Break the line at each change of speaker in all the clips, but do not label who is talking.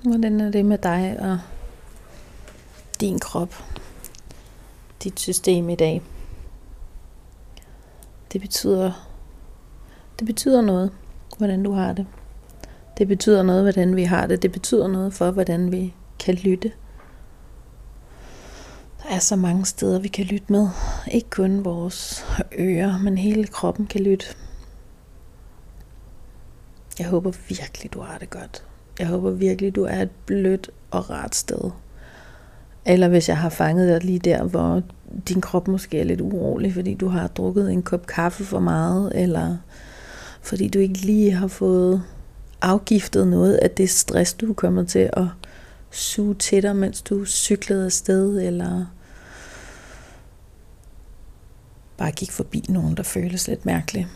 Hvordan er det med dig og din krop, dit system i dag? Det betyder noget, hvordan du har det. Det betyder noget, hvordan vi har det. Det betyder noget for, hvordan vi kan lytte. Der er så mange steder, vi kan lytte med. Ikke kun vores ører, men hele kroppen kan lytte. Jeg håber virkelig, du har det godt. Jeg håber virkelig, du er et blødt og rart sted. Eller hvis jeg har fanget dig lige der, hvor din krop måske er lidt urolig, fordi du har drukket en kop kaffe for meget, eller fordi du ikke lige har fået afgiftet noget af det stress, du er kommet til at suge til dig, mens du cyklede afsted, eller bare gik forbi nogen, der føles lidt mærkeligt.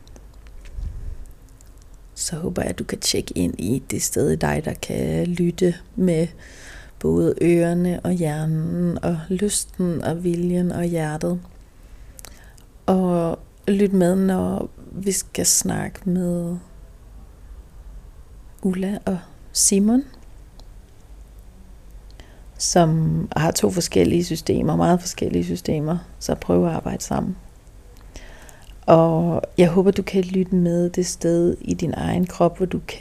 Så håber jeg, at du kan tjekke ind i det sted i dig, der kan lytte med både ørerne og hjernen og lysten og viljen og hjertet. Og lyt med, når vi skal snakke med Ulla og Simon, som har 2 forskellige systemer, meget forskellige systemer, så prøv at arbejde sammen. Og jeg håber, du kan lytte med det sted i din egen krop,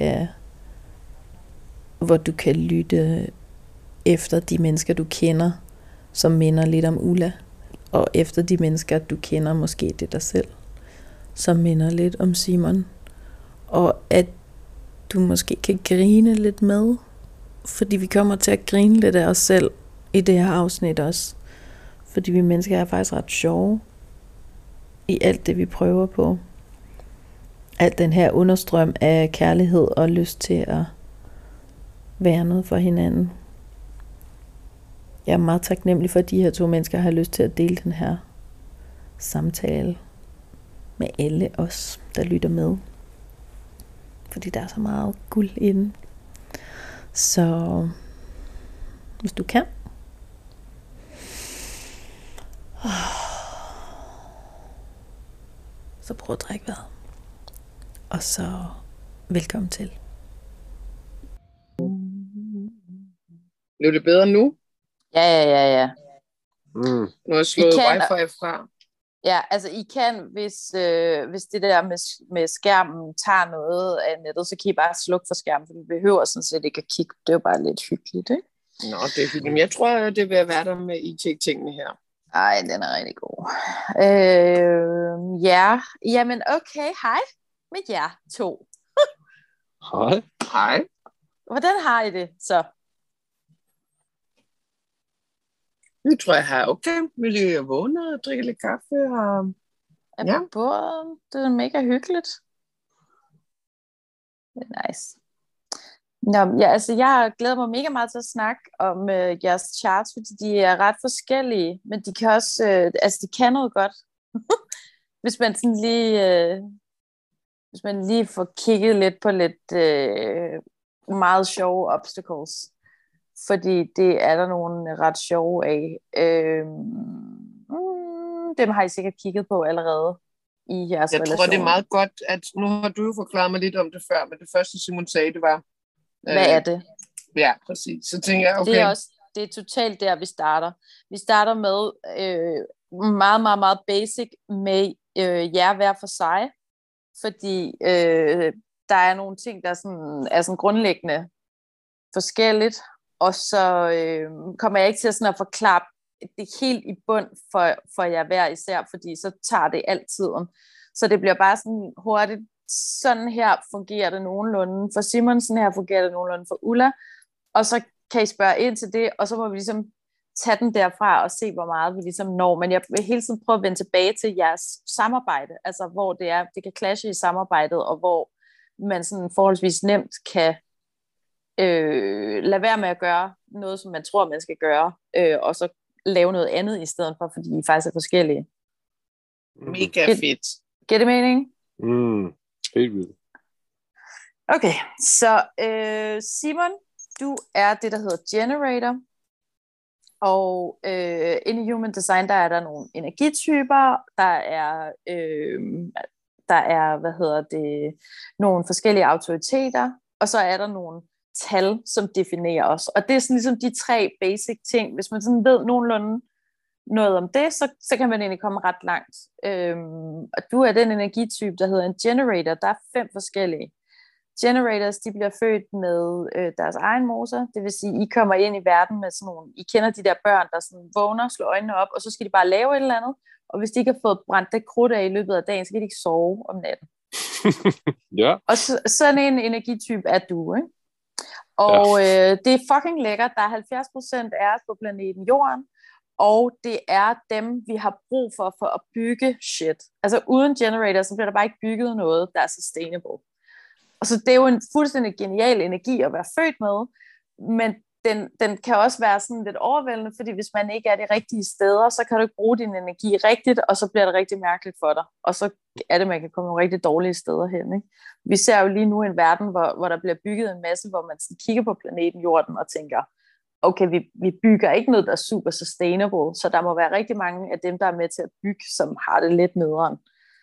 hvor du kan lytte efter de mennesker, du kender, som minder lidt om Ulla, og efter de mennesker, du kender, måske det er dig selv, som minder lidt om Simon. Og at du måske kan grine lidt med, fordi vi kommer til at grine lidt af os selv i det her afsnit også. Fordi vi mennesker er faktisk ret sjove i alt det, vi prøver på. Alt den her understrøm af kærlighed og lyst til at være noget for hinanden. Jeg er meget taknemmelig for, at de her 2 mennesker har lyst til at dele den her samtale med alle os, der lytter med. Fordi der er så meget guld i den. Så hvis du kan, så prøv at drikke vejret. Og så velkommen til.
Blev det bedre nu?
Ja.
Nu har jeg slået wifi fra.
Ja, altså I kan, hvis det der med skærmen tager noget af nettet, så kan I bare slukke for skærmen, for vi behøver sådan set ikke at kigge. Det er jo bare lidt hyggeligt, ikke?
Nå, det er hyggeligt. Men jeg tror, det vil være der med IT-tingene her.
Ej, den er rigtig god. Ja, jamen okay, hej med jer 2.
Hej. Hej.
Hvordan har I det så?
Jeg tror, jeg har okay. Vil jeg vågne og drikke lidt kaffe? Og...
Ja. På bordet. Det er mega hyggeligt. Det er nice. Nå, ja, altså jeg glæder mig mega meget til at snakke om jeres charts, fordi de er ret forskellige, men de kan også, de kan noget godt. Hvis man sådan hvis man lige får kigget lidt på lidt meget sjove obstacles, fordi det er der nogle ret sjove af. Dem har I sikkert kigget på allerede i jeres relation.
Jeg tror, det er meget godt, at nu har du jo forklaret mig lidt om det før, men det første Simon sagde, det var...
Hvad er det?
Ja, præcis. Så tænker jeg, okay.
Det er totalt der, vi starter. Vi starter med meget, meget, meget basic med jer hver for sig, fordi der er nogle ting, der er sådan grundlæggende forskelligt, og så kommer jeg ikke til at forklare det helt i bund for jer hver især, fordi så tager det altid. Så det bliver bare sådan hurtigt, sådan her fungerer det nogenlunde for Simon, sådan her fungerer det nogenlunde for Ulla, og så kan I spørge ind til det, og så må vi ligesom tage den derfra og se, hvor meget vi ligesom når. Men jeg vil hele tiden prøve at vende tilbage til jeres samarbejde, altså hvor det kan clashe i samarbejdet, og hvor man sådan forholdsvis nemt kan lade være med at gøre noget, som man tror, man skal gøre, og så lave noget andet i stedet for, fordi I faktisk er forskellige.
Mega fedt.
Giver det mening?
Helt vildt.
Okay, så Simon, du er det, der hedder generator, og inde i Human Design, der er der nogle energityper, der er nogle forskellige autoriteter, og så er der nogle tal, som definerer os. Og det er sådan ligesom de 3 basic ting. Hvis man sådan ved nogenlunde noget om det, så kan man egentlig komme ret langt. Og du er den energitype, der hedder en generator. Der er 5 forskellige. Generators, de bliver født med deres egen motor. Det vil sige, I kommer ind i verden med sådan nogle, I kender de der børn, der sådan vågner, slår øjnene op, og så skal de bare lave et eller andet. Og hvis de ikke har fået brændt det krudt af i løbet af dagen, så kan de ikke sove om natten.
Ja.
Og sådan en energitype er du, ikke? Og det er fucking lækkert. Der er 70% af os på planeten Jorden, og det er dem, vi har brug for at bygge shit. Altså uden generator, så bliver der bare ikke bygget noget, der er sustainable. Og så det er jo en fuldstændig genial energi at være født med, men den kan også være sådan lidt overvældende, fordi hvis man ikke er de rigtige steder, så kan du ikke bruge din energi rigtigt, og så bliver det rigtig mærkeligt for dig. Og så er det, man kan komme nogle rigtig dårlige steder hen. Ikke? Vi ser jo lige nu en verden, hvor der bliver bygget en masse, hvor man sådan kigger på planeten Jorden og tænker, okay, vi bygger ikke noget, der er super sustainable, så der må være rigtig mange af dem, der er med til at bygge, som har det lidt nederen.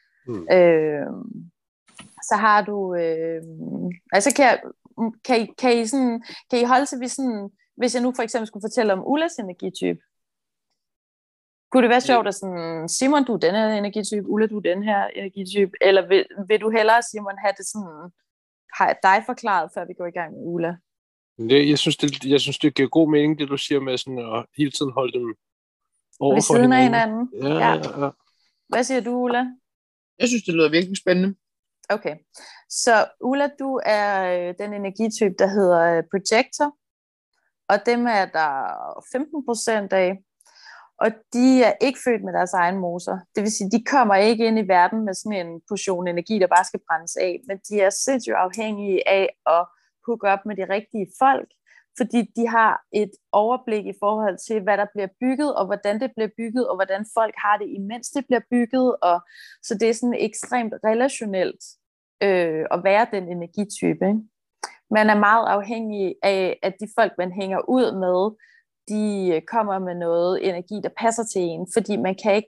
Så har du, altså kan I holde til, hvis jeg nu for eksempel skulle fortælle om Ullas energitype, kunne det være sjovt at sådan, Simon, du er den her energitype, Ulla, du er den her energitype, eller vil du hellere, Simon, have det sådan, har jeg dig forklaret, før vi går i gang med Ulla?
Jeg synes, det giver god mening, det du siger med sådan at hele tiden holde dem over
ved
for
siden
hinanden.
af hinanden.
Ja.
Hvad siger du, Ulla?
Jeg synes, det lyder virkelig spændende.
Okay, så Ulla, du er den energitype, der hedder projector, og dem er der 15% af, og de er ikke født med deres egen motor. Det vil sige, de kommer ikke ind i verden med sådan en portion energi, der bare skal brændes af, men de er sindssygt afhængige af at hooke op med de rigtige folk, fordi de har et overblik i forhold til, hvad der bliver bygget, og hvordan det bliver bygget, og hvordan folk har det, imens det bliver bygget. Og så det er sådan ekstremt relationelt at være den energitype. Ikke? Man er meget afhængig af, at de folk, man hænger ud med, de kommer med noget energi, der passer til en, fordi man kan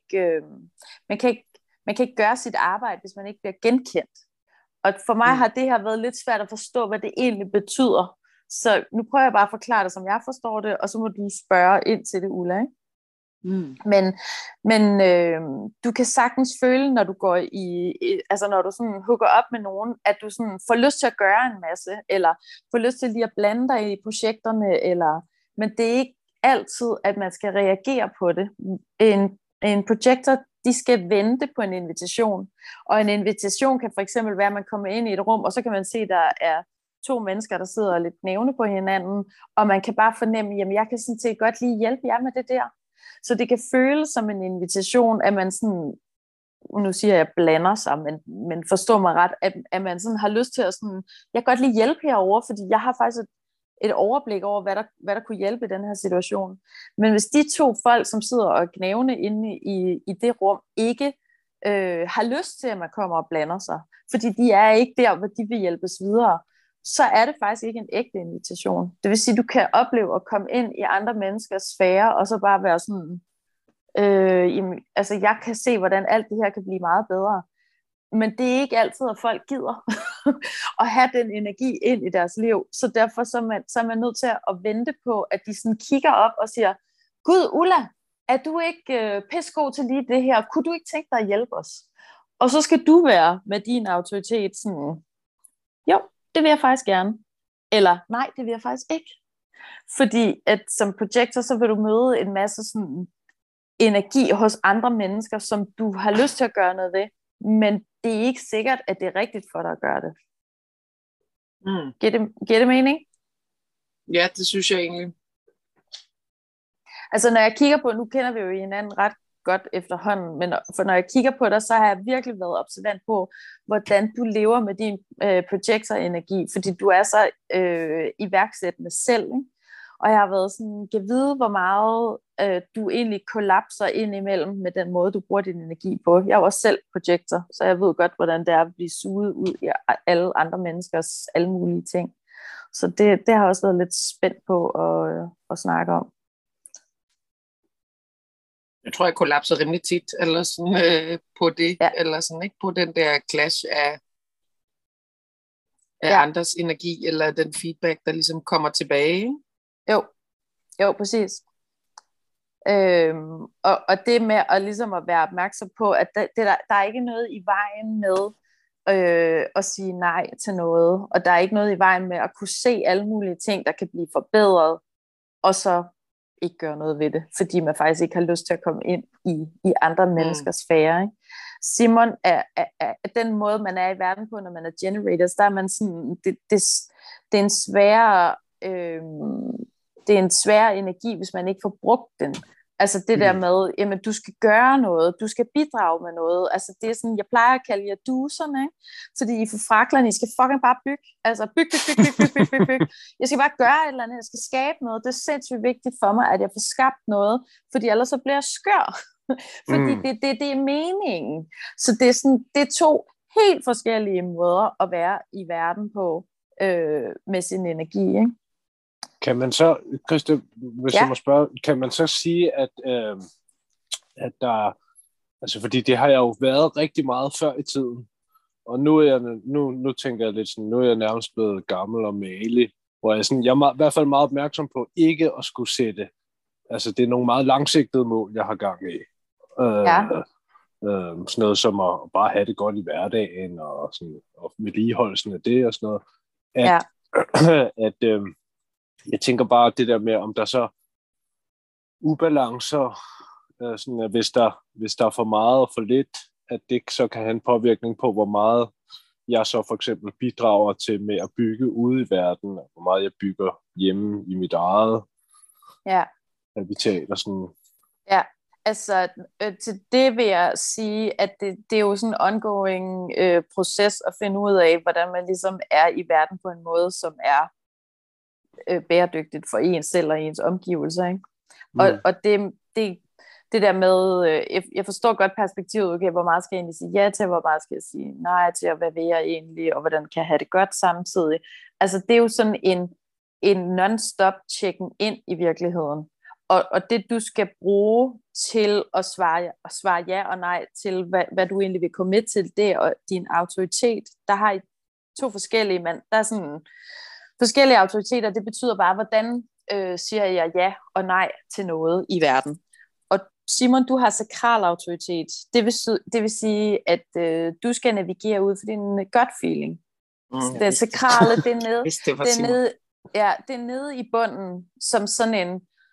ikke gøre sit arbejde, hvis man ikke bliver genkendt. Og for mig har det her været lidt svært at forstå, hvad det egentlig betyder. Så nu prøver jeg bare at forklare det, som jeg forstår det, og så må du spørge ind til det, Ulla. Ikke? Men du kan sagtens føle, når du går altså når du sådan hooker op med nogen, at du sådan får lyst til at gøre en masse, eller får lyst til lige at blande dig i projekterne, men det er ikke altid, at man skal reagere på det. En projector, de skal vente på en invitation, og en invitation kan for eksempel være, at man kommer ind i et rum, og så kan man se, at der er 2 mennesker, der sidder lidt nævne på hinanden, og man kan bare fornemme, jamen jeg kan sådan set godt lige hjælpe jer med det der. Så det kan føles som en invitation, at man sådan, nu siger jeg blander sig, men forstår mig ret, at man sådan har lyst til at sådan, jeg kan godt lige hjælpe herovre, fordi jeg har faktisk et overblik over, hvad der kunne hjælpe i den her situation. Men hvis de 2 folk, som sidder og knævne inde i det rum, ikke har lyst til, at man kommer og blander sig, fordi de er ikke der, hvor de vil hjælpes videre, så er det faktisk ikke en ægte invitation. Det vil sige, at du kan opleve at komme ind i andre menneskers sfære, og så bare være sådan, altså jeg kan se, hvordan alt det her kan blive meget bedre. Men det er ikke altid, at folk gider at have den energi ind i deres liv. Så derfor så er man nødt til at vente på, at de sådan kigger op og siger, Gud, Ulla, er du ikke pissegod til lige det her? Kunne du ikke tænke dig at hjælpe os? Og så skal du være med din autoritet sådan, jo, det vil jeg faktisk gerne. Eller nej, det vil jeg faktisk ikke. Fordi at som projector, så vil du møde en masse sådan energi hos andre mennesker, som du har lyst til at gøre noget ved. Men det er ikke sikkert, at det er rigtigt for dig at gøre det. Giver det mening?
Ja, det synes jeg egentlig.
Altså når jeg kigger på, nu kender vi jo hinanden ret godt efterhånden, men for når jeg kigger på dig, så har jeg virkelig været observant på, hvordan du lever med din projector-energi, fordi du er så iværksættende selv, ikke? Og jeg har været sådan, kan vide, hvor meget du egentlig kollapser ind imellem med den måde, du bruger din energi på. Jeg er også selv projector, så jeg ved godt, hvordan det er at blive suget ud i alle andre menneskers alle mulige ting. Så det har jeg også været lidt spændt på at snakke om.
Jeg tror, jeg kollapser rimelig tit, eller sådan på det, eller sådan, ikke på den der clash af af andres energi, eller den feedback, der ligesom kommer tilbage. Ikke?
Jo, præcis. Og det med at ligesom at være opmærksom på, at der er ikke noget i vejen med at sige nej til noget, og der er ikke noget i vejen med at kunne se alle mulige ting, der kan blive forbedret, og så ikke gøre noget ved det, fordi man faktisk ikke har lyst til at komme ind i andre menneskers sfære. Ikke? Simon er den måde, man er i verden på, når man er generators, der er man sådan, det er en sværere det er en svær energi, hvis man ikke får brugt den. Altså det der med, jamen du skal gøre noget, du skal bidrage med noget. Altså det er sådan, jeg plejer at kalde jer duserne, ikke? Fordi I for fraklerne, I skal fucking bare bygge. Altså byg. Jeg skal bare gøre et eller andet, jeg skal skabe noget. Det er sindssygt vigtigt for mig, at jeg får skabt noget, fordi ellers så bliver jeg skør. Fordi det er meningen. Så det er sådan, det er 2 helt forskellige måder at være i verden på med sin energi, ikke?
Kan man så, Christa, hvis jeg må spørge, kan man så sige, at der, altså fordi det har jeg jo været rigtig meget før i tiden, og nu tænker jeg lidt sådan, nu er jeg nærmest blevet gammel og magelig, hvor jeg er i hvert fald meget opmærksom på ikke at skulle sætte, altså det er nogle meget langsigtede mål, jeg har gang i. Sådan noget som at bare have det godt i hverdagen, og vedligeholdelsen af det og sådan noget. Jeg tænker bare det der med, om der så ubalancer, sådan at hvis der er for meget og for lidt, at det så kan have en påvirkning på, hvor meget jeg så for eksempel bidrager til med at bygge ude i verden, og hvor meget jeg bygger hjemme i mit eget habitat og sådan.
Ja, altså til det vil jeg sige, at det er jo sådan en ongoing proces at finde ud af, hvordan man ligesom er i verden på en måde, som er bæredygtigt for en selv og ens omgivelser, ikke? Og det der med, jeg forstår godt perspektivet, okay, hvor meget skal jeg egentlig sige ja til, hvor meget skal jeg sige nej til, og hvad vil jeg egentlig, og hvordan kan jeg have det godt samtidig. Altså det er jo sådan en non-stop checken ind i virkeligheden. Og det du skal bruge til at svare ja og nej til, hvad du egentlig vil komme med til, det og din autoritet. Der har I 2 forskellige, men der er sådan forskellige autoriteter, det betyder bare, hvordan siger jeg ja og nej til noget i verden. Og Simon, du har sakral autoritet. Det vil sige, at du skal navigere ud for din gut feeling. Det sakrale, det er nede i bunden, som sådan en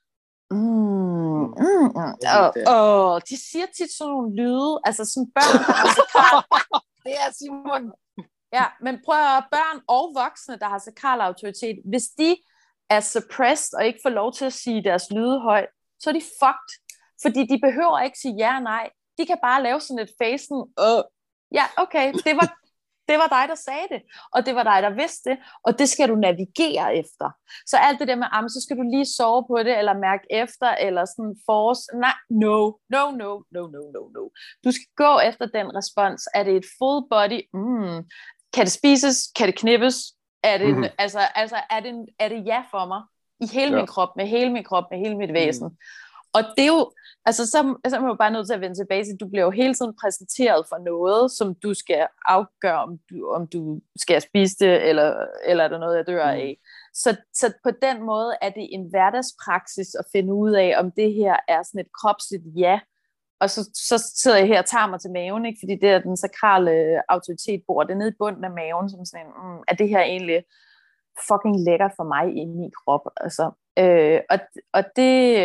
de siger tit sådan nogle lyde, altså sådan børn, der har sakral.
Det er Simon.
Ja, men prøv at børn og voksne, der har sakral autoritet, hvis de er suppressed og ikke får lov til at sige deres lyde højt, så er de fucked. Fordi de behøver ikke sige ja og nej. De kan bare lave sådan et facen, ja, okay, det var dig, der sagde det, og det var dig, der vidste det, og det skal du navigere efter. Så alt det der med, så skal du lige sove på det, eller mærke efter, eller sådan force, nej, no. Du skal gå efter den respons. Er det et full body? Kan det spises? Kan det knippes? Er det, er det ja for mig? I hele min krop, med hele min krop, med hele mit væsen. Og det er jo, altså så er man jo bare nødt til at vende tilbage til, du bliver jo hele tiden præsenteret for noget, som du skal afgøre, om du skal spise det, eller er der noget, jeg dør af. Så på den måde er det en hverdagspraksis at finde ud af, om det her er sådan et kropsligt ja, og så sidder jeg her og tager mig til maven, ikke? Fordi det er den sakrale autoritet bor, det er nede i bunden af maven, som sådan, er det her egentlig fucking lækkert for mig i min krop, altså. Og det...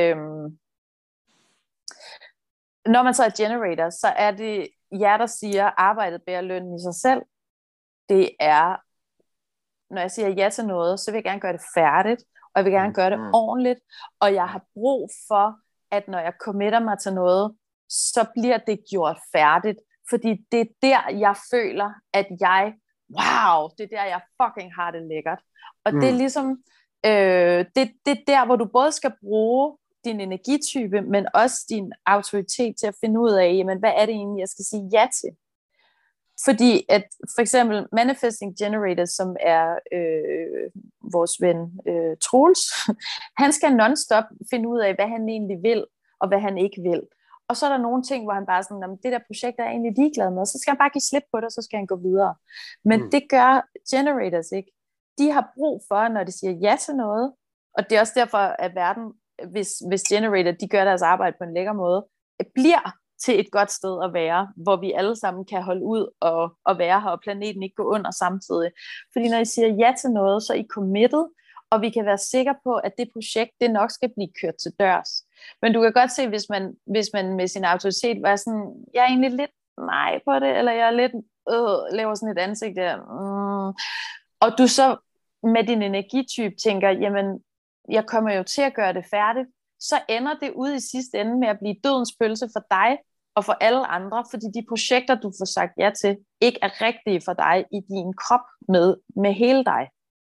Når man så er generator, så er det jer, der siger, at arbejdet bærer lønnen i sig selv. Det er, når jeg siger ja til noget, så vil jeg gerne gøre det færdigt, og jeg vil gerne gøre det ordentligt, og jeg har brug for, at når jeg committer mig til noget, så bliver det gjort færdigt, fordi det er der, jeg føler, at det er der, jeg fucking har det lækkert. Og det er ligesom, det er der, hvor du både skal bruge din energitype, men også din autoritet til at finde ud af, jamen, hvad er det egentlig, jeg skal sige ja til? Fordi at for eksempel Manifesting Generator, som er vores ven Troels, han skal non-stop finde ud af, hvad han egentlig vil, og hvad han ikke vil. Og så er der nogle ting, hvor han bare sådan, det der projekt er jeg egentlig ligeglad med, så skal han bare give slip på det, og så skal han gå videre. Men det gør generators ikke. De har brug for, når de siger ja til noget, og det er også derfor, at verden, hvis generator, de gør deres arbejde på en lækker måde, bliver til et godt sted at være, hvor vi alle sammen kan holde ud og være her, og planeten ikke går under samtidig. Fordi når I siger ja til noget, så er I committed, og vi kan være sikre på, at det projekt, det nok skal blive kørt til dørs. Men du kan godt se, hvis man med sin autoritet var sådan, jeg er egentlig lidt nej på det, eller jeg er lidt, laver sådan et ansigt der, og du så med din energitype tænker, jamen, jeg kommer jo til at gøre det færdigt, så ender det ud i sidste ende med at blive dødens pølse for dig, og for alle andre, fordi de projekter, du får sagt ja til, ikke er rigtige for dig i din krop med hele dig.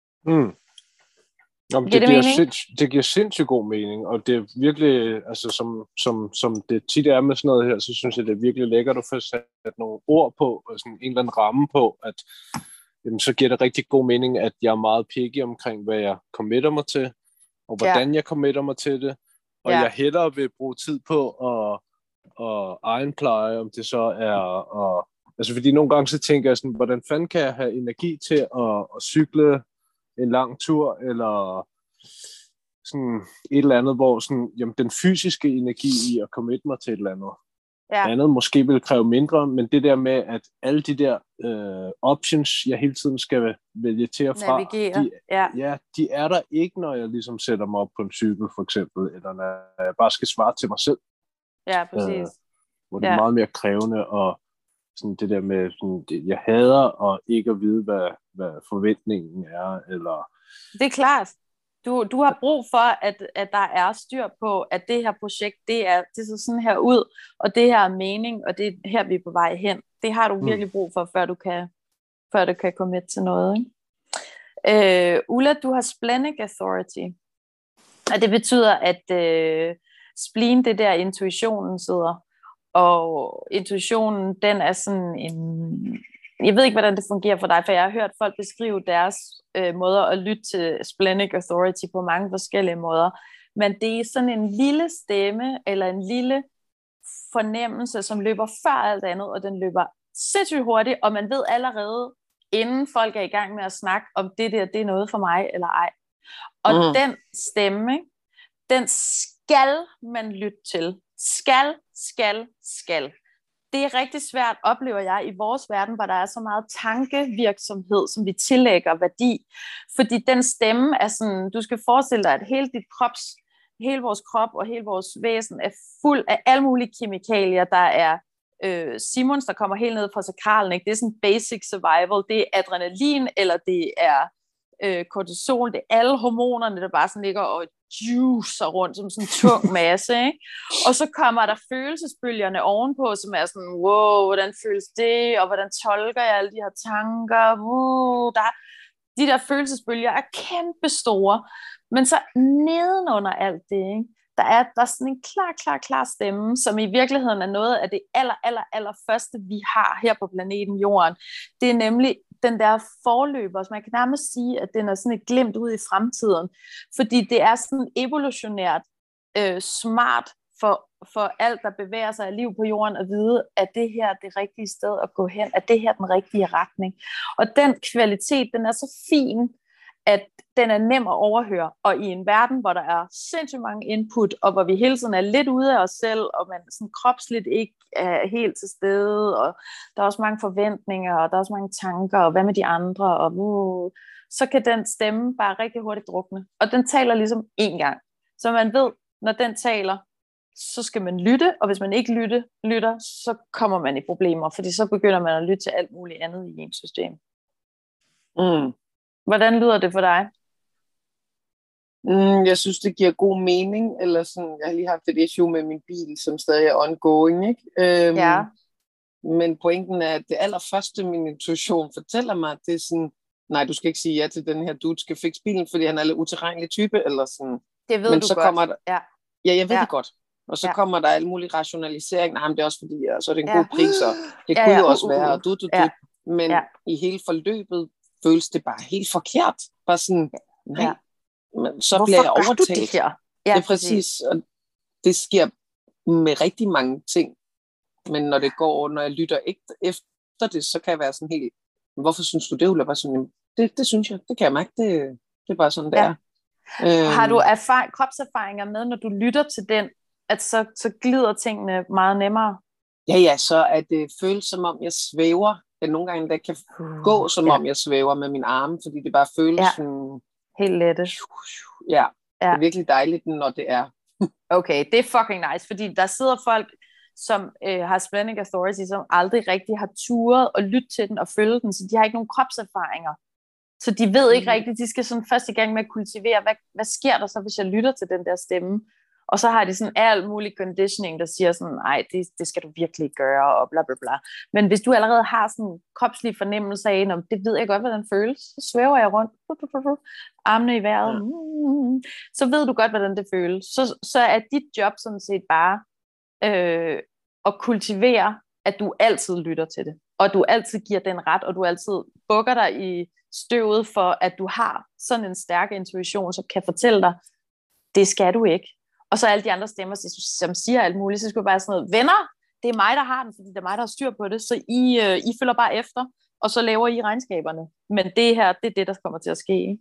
Jamen, det giver sindssygt god mening, og det er virkelig, altså som det tit er med sådan noget her, så synes jeg, det er virkelig lækkert at få sat nogle ord på, og sådan en eller anden ramme på, at jamen, så giver det rigtig god mening, at jeg er meget picky omkring, hvad jeg committer mig til, og hvordan jeg committer mig til det, og jeg hellere vil bruge tid på at egenpleje, om det så er, altså fordi nogle gange så tænker jeg sådan, hvordan fanden kan jeg have energi til at cykle en lang tur, eller sådan et eller andet, hvor sådan, jamen, den fysiske energi i at commit mig til et eller andet. Andet måske vil kræve mindre, men det der med, at alle de der options, jeg hele tiden skal vælge til og fra, de er der ikke, når jeg ligesom sætter mig op på en cykel, for eksempel, eller når jeg bare skal svare til mig selv.
Ja, præcis.
Hvor det er meget mere krævende, og sådan det der med, sådan, jeg hader at ikke at vide, hvad forventningen er, eller...
Det er klart. Du har brug for, at der er styr på, at det her projekt, det ser sådan her ud, og det her er mening, og det er her, vi er på vej hen. Det har du virkelig brug for, før du kan komme med til noget. Ikke? Ulla, du har splenic authority, og det betyder, at spleen, det der intuitionen sidder, og intuitionen, den er sådan en... Jeg ved ikke, hvordan det fungerer for dig, for jeg har hørt folk beskrive deres måder at lytte til splenic authority på mange forskellige måder. Men det er sådan en lille stemme, eller en lille fornemmelse, som løber før alt andet, og den løber sindssygt hurtigt, og man ved allerede, inden folk er i gang med at snakke, om det der, det er noget for mig, eller ej. Og den stemme, den skal man lytte til. Skal. Det er rigtig svært, oplever jeg, i vores verden, hvor der er så meget tankevirksomhed, som vi tillægger værdi. Fordi den stemme er sådan, du skal forestille dig, at hele vores krop og hele vores væsen er fuld af alle mulige kemikalier. Der er Simons, der kommer helt ned fra sakralen, ikke? Det er sådan basic survival. Det er adrenalin, eller det er kortisol. Det er alle hormonerne, der bare sådan ligger og juicer rundt som sådan en tung masse, ikke? Og så kommer der følelsesbølgerne ovenpå, som er sådan, wow, hvordan føles det, og hvordan tolker jeg alle de her tanker, de der følelsesbølger er kæmpe store, men så nedenunder alt det, ikke? Der er sådan en klar stemme, som i virkeligheden er noget af det aller første, vi har her på planeten Jorden. Det er nemlig den der forløber, så man kan nærmest sige, at den er sådan et glimt ud i fremtiden, fordi det er sådan evolutionært smart for alt, der bevæger sig af liv på jorden, at vide, at det her er det rigtige sted at gå hen, at det her er den rigtige retning. Og den kvalitet, den er så fin, at den er nem at overhøre, og i en verden, hvor der er sindssygt mange input, og hvor vi hele tiden er lidt ude af os selv, og man sådan kropsligt ikke er helt til stede, og der er også mange forventninger, og der er også mange tanker, og hvad med de andre, og så kan den stemme bare rigtig hurtigt drukne. Og den taler ligesom én gang. Så man ved, når den taler, så skal man lytte, og hvis man ikke lytter, så kommer man i problemer, fordi så begynder man at lytte til alt muligt andet i ens system. Hvordan lyder det for dig?
Jeg synes, det giver god mening, eller sådan, jeg har lige haft et issue med min bil, som stadig er ongoing, ikke?
Ja.
Men pointen er, at det allerførste, min intuition fortæller mig, det er sådan, nej, du skal ikke sige ja til den her dude, skal fikse bilen, fordi han er lidt utilregnelig type, eller sådan.
Det ved
men
du
så
godt.
Kommer der,
ja,
jeg ved det godt. Og så kommer der alle mulige rationalisering, nej, men det er også fordi, så er det en god pris, og det kunne jo også være, og men i hele forløbet føles det bare helt forkert. Bare sådan, nej, men så
hvorfor
bliver jeg overtalt.
Det, her?
Det er præcis, og det sker med rigtig mange ting. Men når jeg lytter efter det, så kan jeg være sådan helt, hvorfor synes du det, Ulla? Bare sådan, det synes jeg, det kan jeg mærke, det er bare sådan, det er.
Har du kropserfaringer med, når du lytter til den, at så glider tingene meget nemmere?
Ja, så at det føles som om, jeg svæver. At nogle gange, der kan gå som om, jeg svæver med min arme, fordi det bare føles sådan...
Helt lette.
Ja, det er virkelig dejligt, når det er.
Okay, det er fucking nice, fordi der sidder folk, som har Splenic Authority, som aldrig rigtig har turet og lytte til den og følge den, så de har ikke nogen kropserfaringer. Så de ved ikke rigtigt, de skal sådan først i gang med at kultivere, hvad sker der så, hvis jeg lytter til den der stemme? Og så har de sådan alt mulig conditioning, der siger sådan, nej, det skal du virkelig gøre, og bla bla bla. Men hvis du allerede har sådan en kropslig fornemmelse af, det ved jeg godt, hvordan det føles, så svæver jeg rundt, armene i vejret, så ved du godt, hvordan det føles. Så er dit job sådan set bare at kultivere, at du altid lytter til det, og du altid giver den ret, og du altid bukker dig i støvet for, at du har sådan en stærk intuition, som kan fortælle dig, det skal du ikke. Og så alle de andre stemmer, som siger alt muligt, så skulle bare sådan noget, venner, det er mig, der har den, fordi det er mig, der har styr på det, så I følger bare efter, og så laver I regnskaberne. Men det her, det er det, der kommer til at ske, ikke?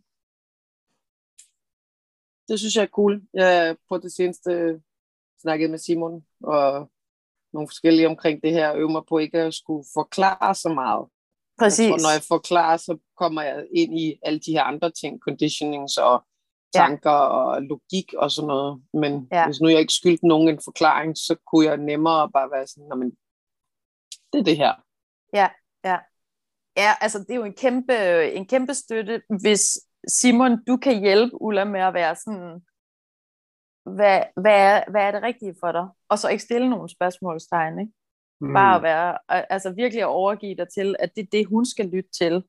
Det synes jeg er cool. Jeg på det seneste snakket med Simon, og nogle forskellige omkring det her, øver mig på ikke at skulle forklare så meget.
Præcis.
Jeg tror, når jeg forklarer, så kommer jeg ind i alle de her andre ting, conditionings og tanker og logik og sådan noget. Men hvis nu jeg ikke skyldte nogen en forklaring, så kunne jeg nemmere bare være sådan, men det er det her.
Ja, altså det er jo en kæmpe støtte, hvis Simon, du kan hjælpe Ulla med at være sådan, hvad er det rigtige for dig? Og så ikke stille nogle spørgsmålstegn, ikke? Bare at være, altså virkelig at overgive dig til, at det er det, hun skal lytte til.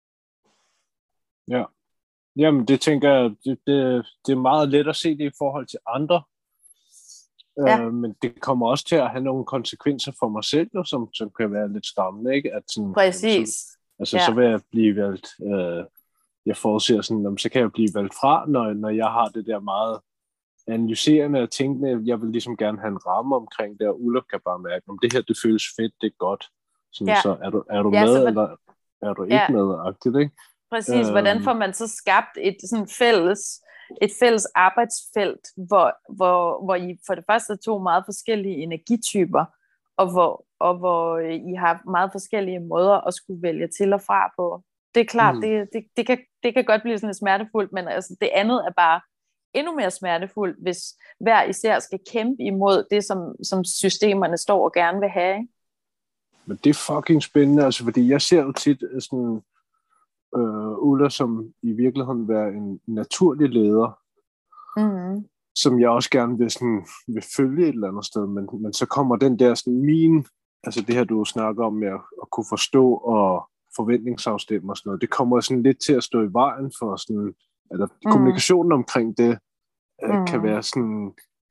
Ja. Jamen, det tænker jeg, det er meget let at se det i forhold til andre. Men det kommer også til at have nogle konsekvenser for mig selv, jo, som kan være lidt skræmmende, ikke? At sådan,
præcis.
Så vil jeg blive valgt, jeg forudser sådan, så kan jeg blive valgt fra, når jeg har det der meget analyserende og tænkende, jeg vil ligesom gerne have en ramme omkring det, og Ulla kan bare mærke, om det her, det føles fedt, det er godt. Sådan, så er du med, eller er du ikke med-agtigt, ikke?
Præcis, hvordan får man så skabt et sådan fælles arbejdsfelt, hvor I for det første er to meget forskellige energityper, og hvor I har meget forskellige måder at skulle vælge til og fra på. Det er klart, det kan godt blive sådan lidt smertefuldt, men altså det andet er bare endnu mere smertefuldt, hvis hver især skal kæmpe imod det, som systemerne står og gerne vil have. Ikke?
Men det er fucking spændende, altså, fordi jeg ser jo tit sådan Ulla som i virkeligheden være en naturlig leder, som jeg også gerne vil følge et eller andet sted, men så kommer den der sådan altså det her du snakker om med at kunne forstå og forventningsafstemme og sådan noget, det kommer sådan lidt til at stå i vejen for sådan, eller kommunikationen omkring det kan være sådan,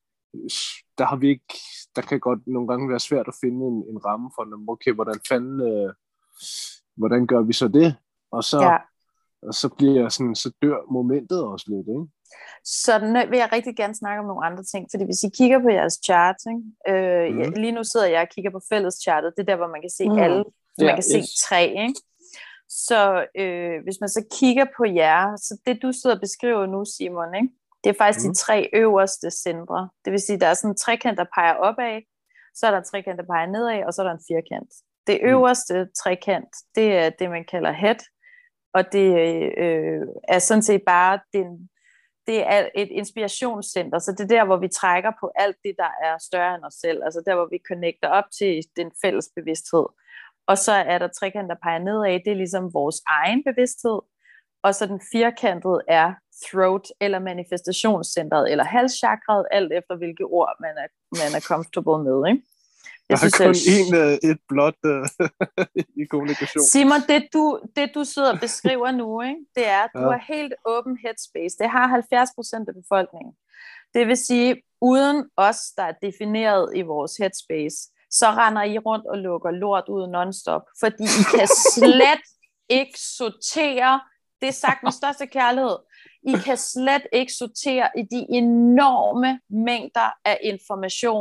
der kan godt nogle gange være svært at finde en ramme for dem. Okay, hvordan gør vi så det? Og så bliver jeg sådan, så dør momentet også lidt, ikke?
Så vil jeg rigtig gerne snakke om nogle andre ting, fordi hvis I kigger på jeres chart, ikke? Lige nu sidder jeg og kigger på fælleschartet, det er der, hvor man kan se alle, man kan se 3, ikke? Så hvis man så kigger på jer, så det du sidder og beskriver nu, Simon, ikke? Det er faktisk de 3 øverste centre. Det vil sige, der er sådan en trekant, der peger opad, så er der en trekant, der peger nedad, og så er der en firkant. Det øverste trekant, det er det, man kalder head, og det er sådan set bare, det er et inspirationscenter, så det er der, hvor vi trækker på alt det, der er større end os selv, altså der, hvor vi connecter op til den fælles bevidsthed. Og så er der trekant, der peger nedad, det er ligesom vores egen bevidsthed, og så den firkantede er throat, eller manifestationscentret, eller halschakret, alt efter hvilke ord man er comfortable med, ikke?
Jeg har kun et blot i kommunikation.
Simon, det du sidder og beskriver nu, ikke, det er, at du har helt åben headspace. Det har 70% af befolkningen. Det vil sige, uden os, der er defineret i vores headspace, så render I rundt og lukker lort ud non-stop, fordi I kan slet ikke sortere, det er sagt med største kærlighed, I kan slet ikke sortere i de enorme mængder af information,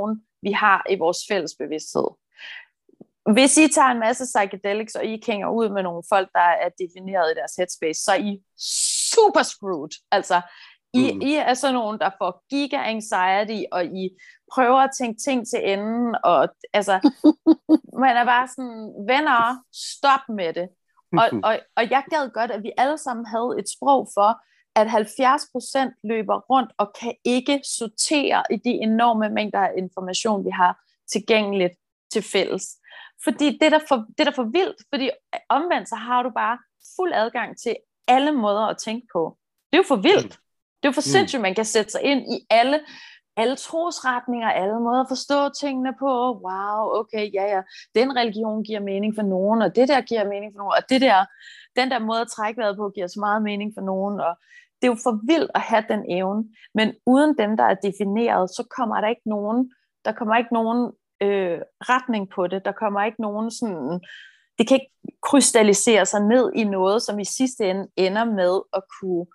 vi har i vores fælles bevidsthed. Hvis I tager en masse psychedelics, og I hænger ud med nogle folk, der er defineret i deres headspace, så er I super screwed. Altså, I er sådan nogen, der får giga anxiety, og I prøver at tænke ting til enden, og altså, man er bare sådan, venner, stop med det. Og jeg gad godt, at vi alle sammen havde et sprog for, at 70% løber rundt og kan ikke sortere i de enorme mængder af information, vi har tilgængeligt til fælles. Fordi det er da for vildt, fordi omvendt så har du bare fuld adgang til alle måder at tænke på. Det er jo for vildt. Det er jo for sindssygt, man kan sætte sig ind i alle trosretninger, alle måder at forstå tingene på. Wow, okay, ja, den religion giver mening for nogen, og det der giver mening for nogen, og den der måde at trække vejret på giver så meget mening for nogen, og det er jo for vildt at have den evne. Men uden dem, der er defineret, så kommer der ikke nogen retning på det. Der kommer ikke nogen sådan, det kan ikke krystallisere sig ned i noget, som i sidste ende ender med at kunne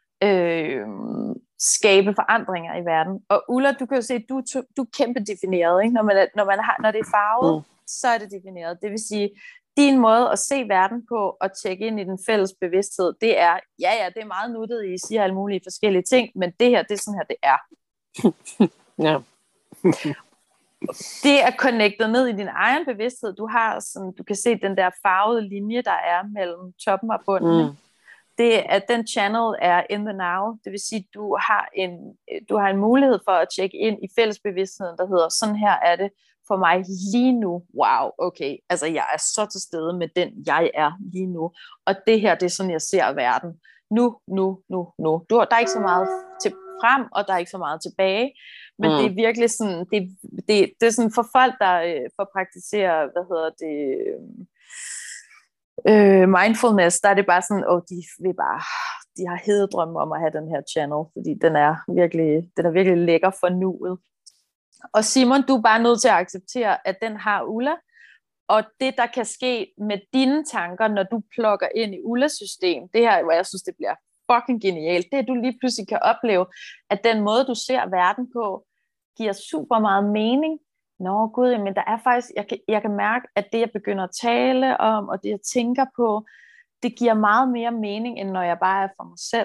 skabe forandringer i verden. Og Ulla, du kan jo se, at du er kæmpe defineret, ikke? Når det er farvet, så er det defineret. Det vil sige, din måde at se verden på og tjekke ind i den fælles bevidsthed, det er, det er meget nuttet, I siger alle mulige forskellige ting, men det her, det er sådan her, det er.
Ja.
Det er connected ned i din egen bevidsthed. Du har sådan, du kan se den der farvede linje, der er mellem toppen og bunden. Det er, at den channel er in the now. Det vil sige, du har en mulighed for at tjekke ind i fællesbevidstheden, der hedder, sådan her er det for mig lige nu. Wow, okay. Altså, jeg er så til stede med den, jeg er lige nu. Og det her, det er sådan, jeg ser verden. Nu. Der er ikke så meget til frem, og der er ikke så meget tilbage. Men det er virkelig sådan, det er sådan for folk, der får praktisere, mindfulness, der er det bare sådan, de har hededrømme om at have den her channel, fordi den er virkelig lækker for nuet. Og Simon, du er bare nødt til at acceptere, at den har Ulla, og det, der kan ske med dine tanker, når du plukker ind i Ullas system, det her, hvor jeg synes, det bliver fucking genialt, det er, at du lige pludselig kan opleve, at den måde, du ser verden på, giver super meget mening. Nå gud, men der er faktisk, jeg kan mærke, at det, jeg begynder at tale om, og det, jeg tænker på, det giver meget mere mening, end når jeg bare er for mig selv.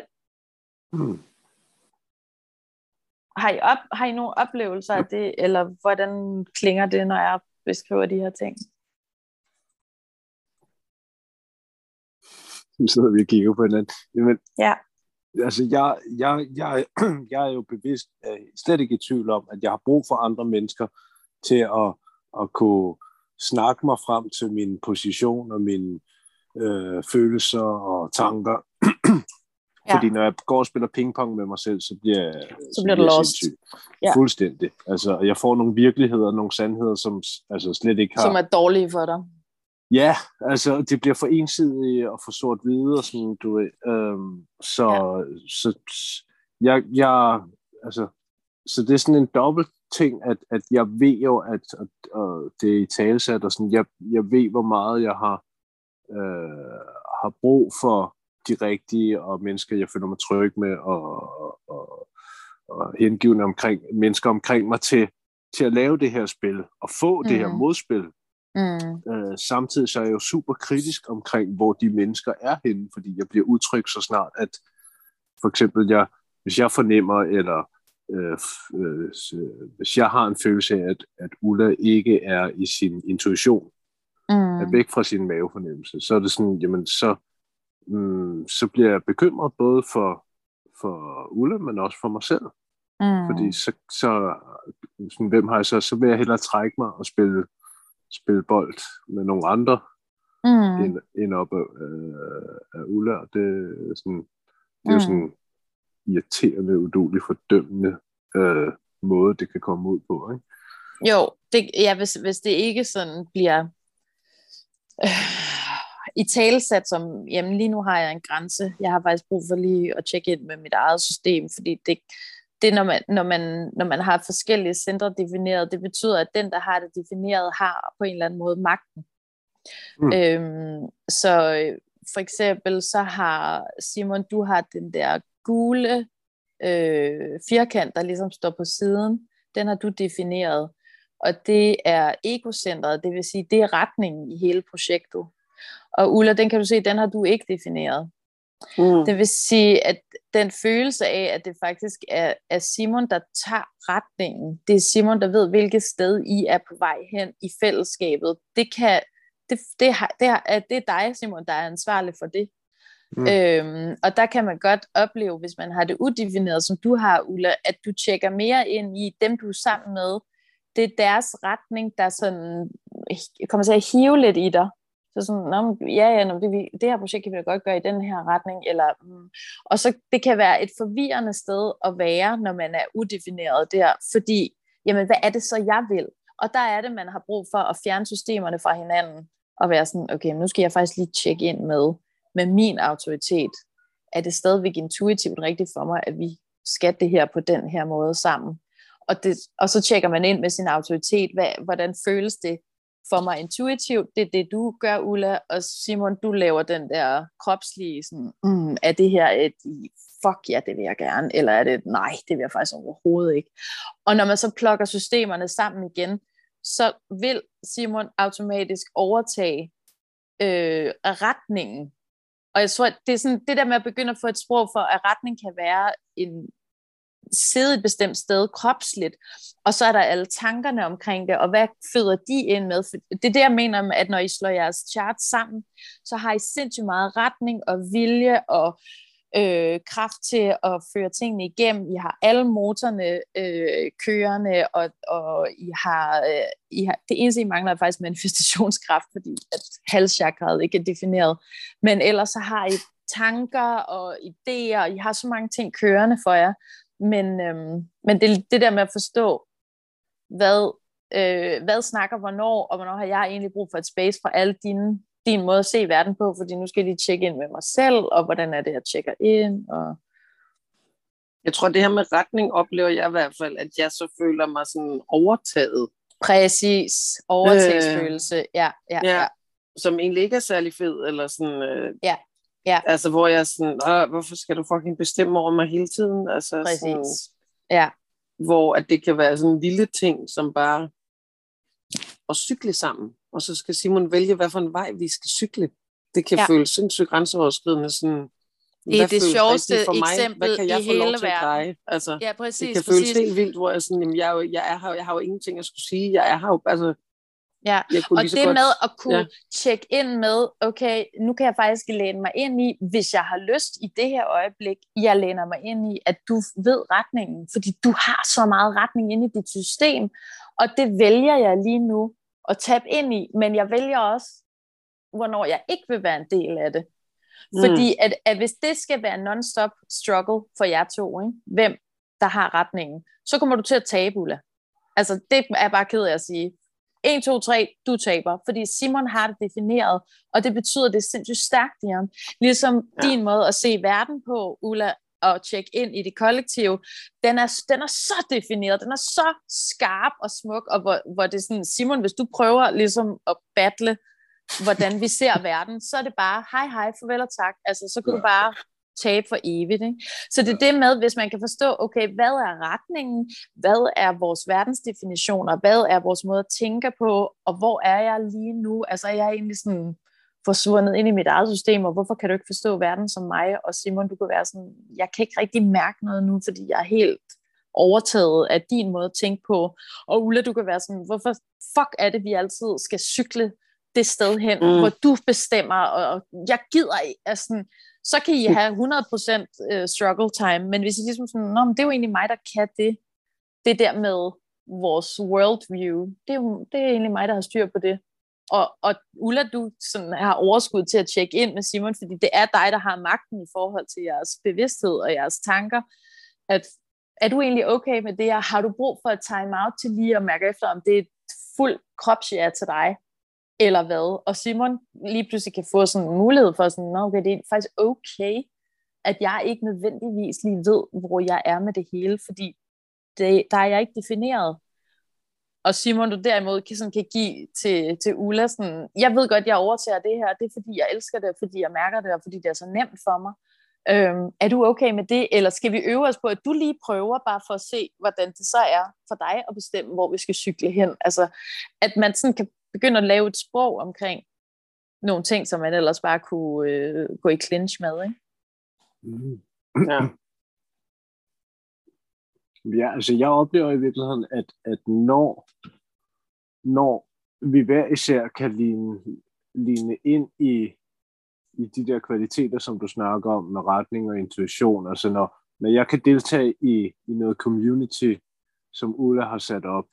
Har I nogle oplevelser af det, eller hvordan klinger det, når jeg beskriver de her ting?
Nu sidder vi og kigger på hinanden. Jamen,
ja.
Altså, jeg er jo bevidst, slet ikke i tvivl om, at jeg har brug for andre mennesker til at kunne snakke mig frem til min position og mine følelser og tanker. Fordi når jeg går og spiller pingpong med mig selv, så bliver
du lost.
Ja. Fuldstændig. Altså, jeg får nogle virkeligheder, nogle sandheder, som altså slet ikke har...
Som er dårlige for dig.
Ja, altså det bliver for ensidigt og for sort-hvide og sådan, du ved. Så det er sådan en dobbelt ting, at jeg ved jo, at det er i talesat, og sådan, jeg ved, hvor meget jeg har brug for de rigtige og mennesker, jeg føler mig tryg med, og hengivende mennesker omkring mig til at lave det her spil, og få det her modspil. Samtidig så er jeg jo super kritisk omkring, hvor de mennesker er henne, fordi jeg bliver udtrykt så snart, at for eksempel, hvis jeg fornemmer, eller hvis jeg har en følelse af, at Ulla ikke er i sin intuition, er væk fra sin mavefornemmelse, så er det sådan, jamen så bliver jeg bekymret både for Ulla, men også for mig selv. Fordi så sådan, hvem har jeg så vil jeg hellere trække mig og spille bold med nogle andre end op af Ulla, og det er jo sådan irriterende, uduelig, fordømmende måde, det kan komme ud på, ikke?
Jo, hvis det ikke sådan bliver i talesat som, jamen lige nu har jeg en grænse, jeg har faktisk brug for lige at tjekke ind med mit eget system, fordi det når man har forskellige centre defineret, det betyder, at den, der har det defineret, har på en eller anden måde magten. Så for eksempel, så har Simon, du har den der gule firkant, der ligesom står på siden, den har du defineret. og det er egocentret, det vil sige, det er retningen i hele projektet. Og Ulla, den kan du se, den har du ikke defineret. Det vil sige, at den følelse af, at det faktisk er Simon, der tager retningen, det er Simon, der ved, hvilket sted I er på vej hen i fællesskabet, det er dig, Simon, der er ansvarlig for det. Og der kan man godt opleve, hvis man har det udefineret, som du har, Ulla, at du tjekker mere ind i dem, du er sammen med. Det er deres retning, der sådan, kommer til at hive lidt i dig. Så sådan, det her projekt kan vi da godt gøre i den her retning. Og så det kan være et forvirrende sted at være, når man er udefineret der. Fordi, jamen, hvad er det så, jeg vil? Og der er det, man har brug for at fjerne systemerne fra hinanden. Og være sådan, okay, nu skal jeg faktisk lige tjekke ind med min autoritet. Er det stadigvæk intuitivt rigtigt for mig, at vi skal det her på den her måde sammen? Og så tjekker man ind med sin autoritet. Hvordan føles det for mig intuitivt? Det er det, du gør, Ulla. Og Simon, du laver den der kropslige, sådan, er det her et fuck ja, det vil jeg gerne, eller er det nej, det vil jeg faktisk overhovedet ikke. Og når man så plukker systemerne sammen igen, så vil Simon automatisk overtage retningen. Og jeg tror, det er sådan, det der med at begynde at få et sprog for, at retning kan være sidde et bestemt sted kropsligt, og så er der alle tankerne omkring det, og hvad føder de ind med? For det er det, jeg mener, at når I slår jeres chart sammen, så har I sindssygt meget retning og vilje og kraft til at føre tingene igennem. I har alle motorerne kørende, og I har det eneste, I mangler, er faktisk manifestationskraft, fordi at halschakraet ikke er defineret. Men ellers så har I tanker og idéer, og I har så mange ting kørende for jer. Men det der med at forstå, hvad snakker hvornår, og hvornår har jeg egentlig brug for et space for alle din måde at se verden på, fordi nu skal jeg lige tjekke ind med mig selv, og hvordan er det, jeg tjekker ind. Og
jeg tror, det her med retning oplever jeg i hvert fald, at jeg så føler mig sådan overtaget.
Præcis. Overtagsfølelse. Ja.
Som egentlig ikke er særlig fed, eller sådan...
Ja.
Altså, hvor jeg sådan, hvorfor skal du fucking bestemme over mig hele tiden? Altså,
præcis.
Sådan,
ja.
Hvor at det kan være sådan en lille ting, som bare at cykle sammen. Og så skal Simon vælge, hvad for en vej vi skal cykle. Det kan føles sindssygt grænseoverskridende. Sådan,
det er det sjoveste eksempel
hvad kan jeg
i
få lov
hele
til at dreje? Altså,
ja, præcis.
Det kan føles helt vildt, hvor jeg sådan, jamen, jeg har jo ingenting at skulle sige. Jeg er her jo, altså...
Ja, og det med at kunne tjekke ind med, okay, nu kan jeg faktisk læne mig ind i, hvis jeg har lyst i det her øjeblik, jeg læner mig ind i, at du ved retningen, fordi du har så meget retning inde i dit system, og det vælger jeg lige nu at tabe ind i, men jeg vælger også, hvornår jeg ikke vil være en del af det. Fordi at hvis det skal være non-stop struggle for jer to, ikke? Hvem der har retningen, så kommer du til at tabe, Ulla. Altså, det er bare ked af at sige. 1, 2, 3, du taber. Fordi Simon har det defineret, og det betyder, at det er sindssygt stærkt i ham. Ligesom din måde at se verden på, Ulla, og tjekke ind i det kollektive, den er så defineret, den er så skarp og smuk, og hvor det er sådan, Simon, hvis du prøver ligesom at battle, hvordan vi ser verden, så er det bare, hej, farvel og tak. Altså, så kan du bare tabe for evigt. Ikke? Så det er det med, hvis man kan forstå, okay, hvad er retningen, hvad er vores verdensdefinitioner, hvad er vores måde at tænke på, og hvor er jeg lige nu? Altså, jeg er egentlig sådan forsvundet ind i mit eget system, og hvorfor kan du ikke forstå verden som mig? Og Simon, du kan være sådan, jeg kan ikke rigtig mærke noget nu, fordi jeg er helt overtaget af din måde at tænke på. Og Ulla, du kan være sådan, hvorfor fuck er det, vi altid skal cykle det sted hen, hvor du bestemmer, og jeg gider ikke, altså, så kan I have 100% struggle time, men hvis I ligesom sådan, men det er jo egentlig mig, der kan det der med vores worldview, det er egentlig mig, der har styr på det. Og Ulla, du sådan har overskud til at tjekke ind med Simon, fordi det er dig, der har magten i forhold til jeres bevidsthed og jeres tanker, at er du egentlig okay med det, og har du brug for et time out til lige at mærke efter, om det er et fuld kropsjære til dig, eller hvad? Og Simon lige pludselig kan få sådan en mulighed for sådan, okay, det er faktisk okay, at jeg ikke nødvendigvis lige ved, hvor jeg er med det hele, fordi der er jeg ikke defineret. Og Simon, du derimod kan give til Ulla sådan, jeg ved godt, jeg overtager det her, det er fordi, jeg elsker det, fordi jeg mærker det, og fordi det er så nemt for mig. Er du okay med det? Eller skal vi øve os på, at du lige prøver, bare for at se, hvordan det så er for dig at bestemme, hvor vi skal cykle hen? Altså, at man sådan kan begynde at lave et sprog omkring nogle ting, som man ellers bare kunne gå i clinch med, ikke?
Ja.
Ja, altså jeg oplever i virkeligheden, at når vi hver især kan ligne ind i de der kvaliteter, som du snakker om, med retning og intuition, altså når jeg kan deltage i noget community, som Ulla har sat op,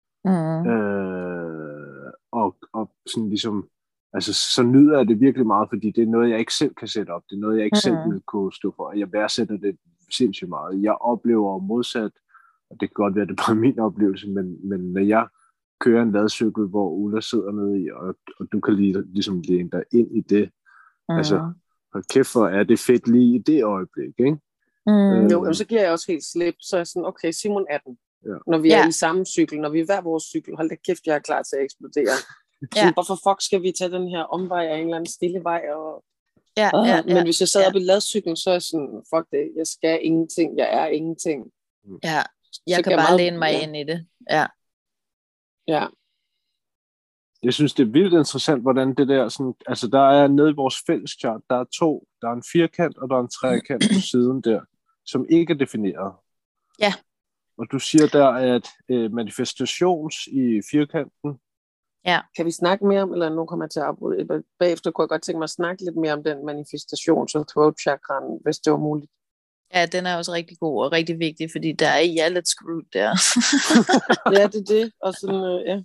og sådan ligesom, altså så nyder jeg det virkelig meget, fordi det er noget, jeg ikke selv kan sætte op, det er noget, jeg ikke selv vil kunne stå for, og jeg værdsætter det sindssygt meget. Jeg oplever modsat, og det kan godt være, at det er bare min oplevelse, men når jeg kører en ladcykel, hvor Ulla sidder nede i, og du kan ligesom læne dig ind i det, altså, hold kæft for, er det fedt lige i det øjeblik, ikke?
Jo, så giver jeg også helt slip, så er jeg sådan, okay, Simon 18, når vi er i samme cykel, når vi er hver vores cykel, hold da kæft, jeg er klar til at eksplodere. Så hvorfor fuck skal vi tage den her omvej af en eller anden stille vej? Men hvis jeg sad op i ladcyklen, så er jeg sådan, fuck det, jeg skal ingenting, jeg er ingenting.
Ja, jeg kan bare læne mig ind i det.
Ja.
Jeg synes, det er vildt interessant, hvordan det der, sådan, altså der er nede i vores fælles chart, der er 2, der er en firkant, og der er en trekant på siden der, som ikke er defineret.
Ja.
Og du siger der, at manifestations i firkanten.
Ja.
Kan vi snakke mere om, eller nu kommer jeg til at afbryde, bagefter kunne jeg godt tænke mig at snakke lidt mere om den manifestations- og throat chakran, hvis det var muligt.
Ja, den er også rigtig god og rigtig vigtig, fordi der er I er lidt screwed der.
Ja, det er det. Og sådan, ja.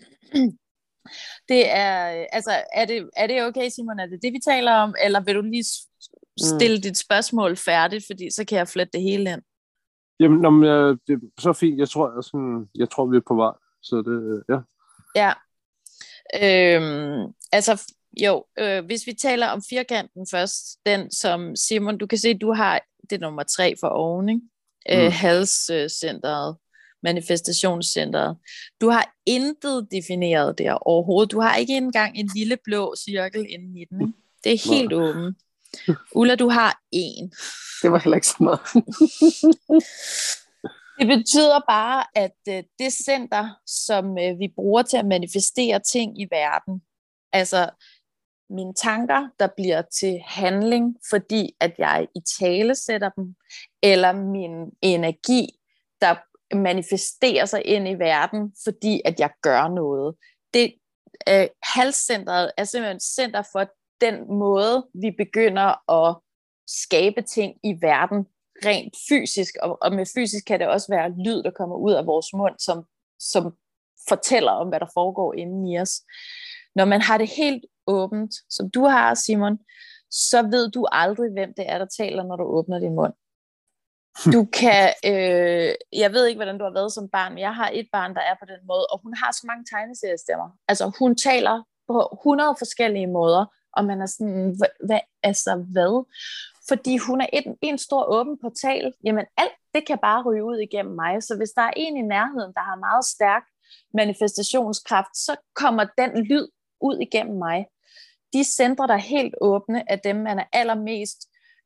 Det er, altså, er det okay, Simon? Er det det, vi taler om? Eller vil du lige stille dit spørgsmål færdigt, fordi så kan jeg flette det hele ind?
Jamen, det er så fint. Jeg tror, vi er på vej. Så det, ja.
Ja. Altså, hvis vi taler om firkanten først, den som Simon, du kan se, du har det nummer 3 for oven, ikke? Halscenteret, manifestationscenteret. Du har intet defineret der overhovedet. Du har ikke engang en lille blå cirkel inde i den. Ikke? Det er helt åbent. Ulla, du har 1.
Det var heller ikke så meget.
Det betyder bare, at det center, som vi bruger til at manifestere ting i verden, altså mine tanker, der bliver til handling, fordi at jeg i tale sætter dem, eller min energi, der manifesterer sig ind i verden, fordi at jeg gør noget. Det halscentret er simpelthen center for den måde, vi begynder at skabe ting i verden, rent fysisk, og med fysisk kan det også være lyd, der kommer ud af vores mund, som fortæller om, hvad der foregår inde i os. Når man har det helt åbent, som du har, Simon, så ved du aldrig, hvem det er, der taler, når du åbner din mund. Du kan, jeg ved ikke, hvordan du har været som barn, men jeg har et barn, der er på den måde, og hun har så mange tegneseriestemmer. Altså, hun taler på 100 forskellige måder, og man er sådan, hvad? Fordi hun er en stor åben portal, jamen alt det kan bare ryge ud igennem mig, så hvis der er en i nærheden, der har meget stærk manifestationskraft, så kommer den lyd ud igennem mig. De centre, der er helt åbne, er dem, man er allermest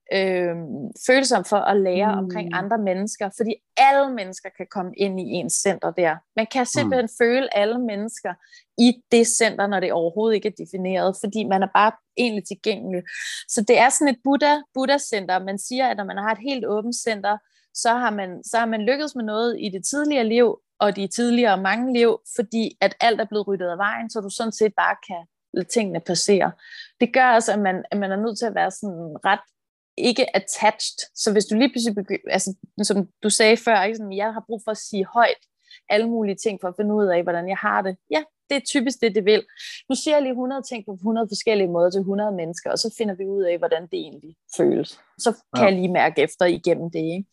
følsom for at lære omkring andre mennesker, fordi alle mennesker kan komme ind i ens center der. Man kan simpelthen føle alle mennesker i det center, når det overhovedet ikke er defineret, fordi man er bare egentlig tilgængelig. Så det er sådan et Buddha-center. Man siger, at når man har et helt åbent center, så har man lykkedes med noget i det tidligere liv, og de tidligere mange liv, fordi at alt er blevet ryddet af vejen, så du sådan set bare kan lade tingene passere. Det gør altså, at man er nødt til at være sådan ret ikke attached. Så hvis du lige pludselig altså, som du sagde før, ikke, sådan, jeg har brug for at sige højt alle mulige ting for at finde ud af, hvordan jeg har det. Ja, det er typisk det vil. Nu siger jeg lige 100 ting på 100 forskellige måder til 100 mennesker, og så finder vi ud af, hvordan det egentlig føles. Så kan jeg lige mærke efter igennem det. Ikke?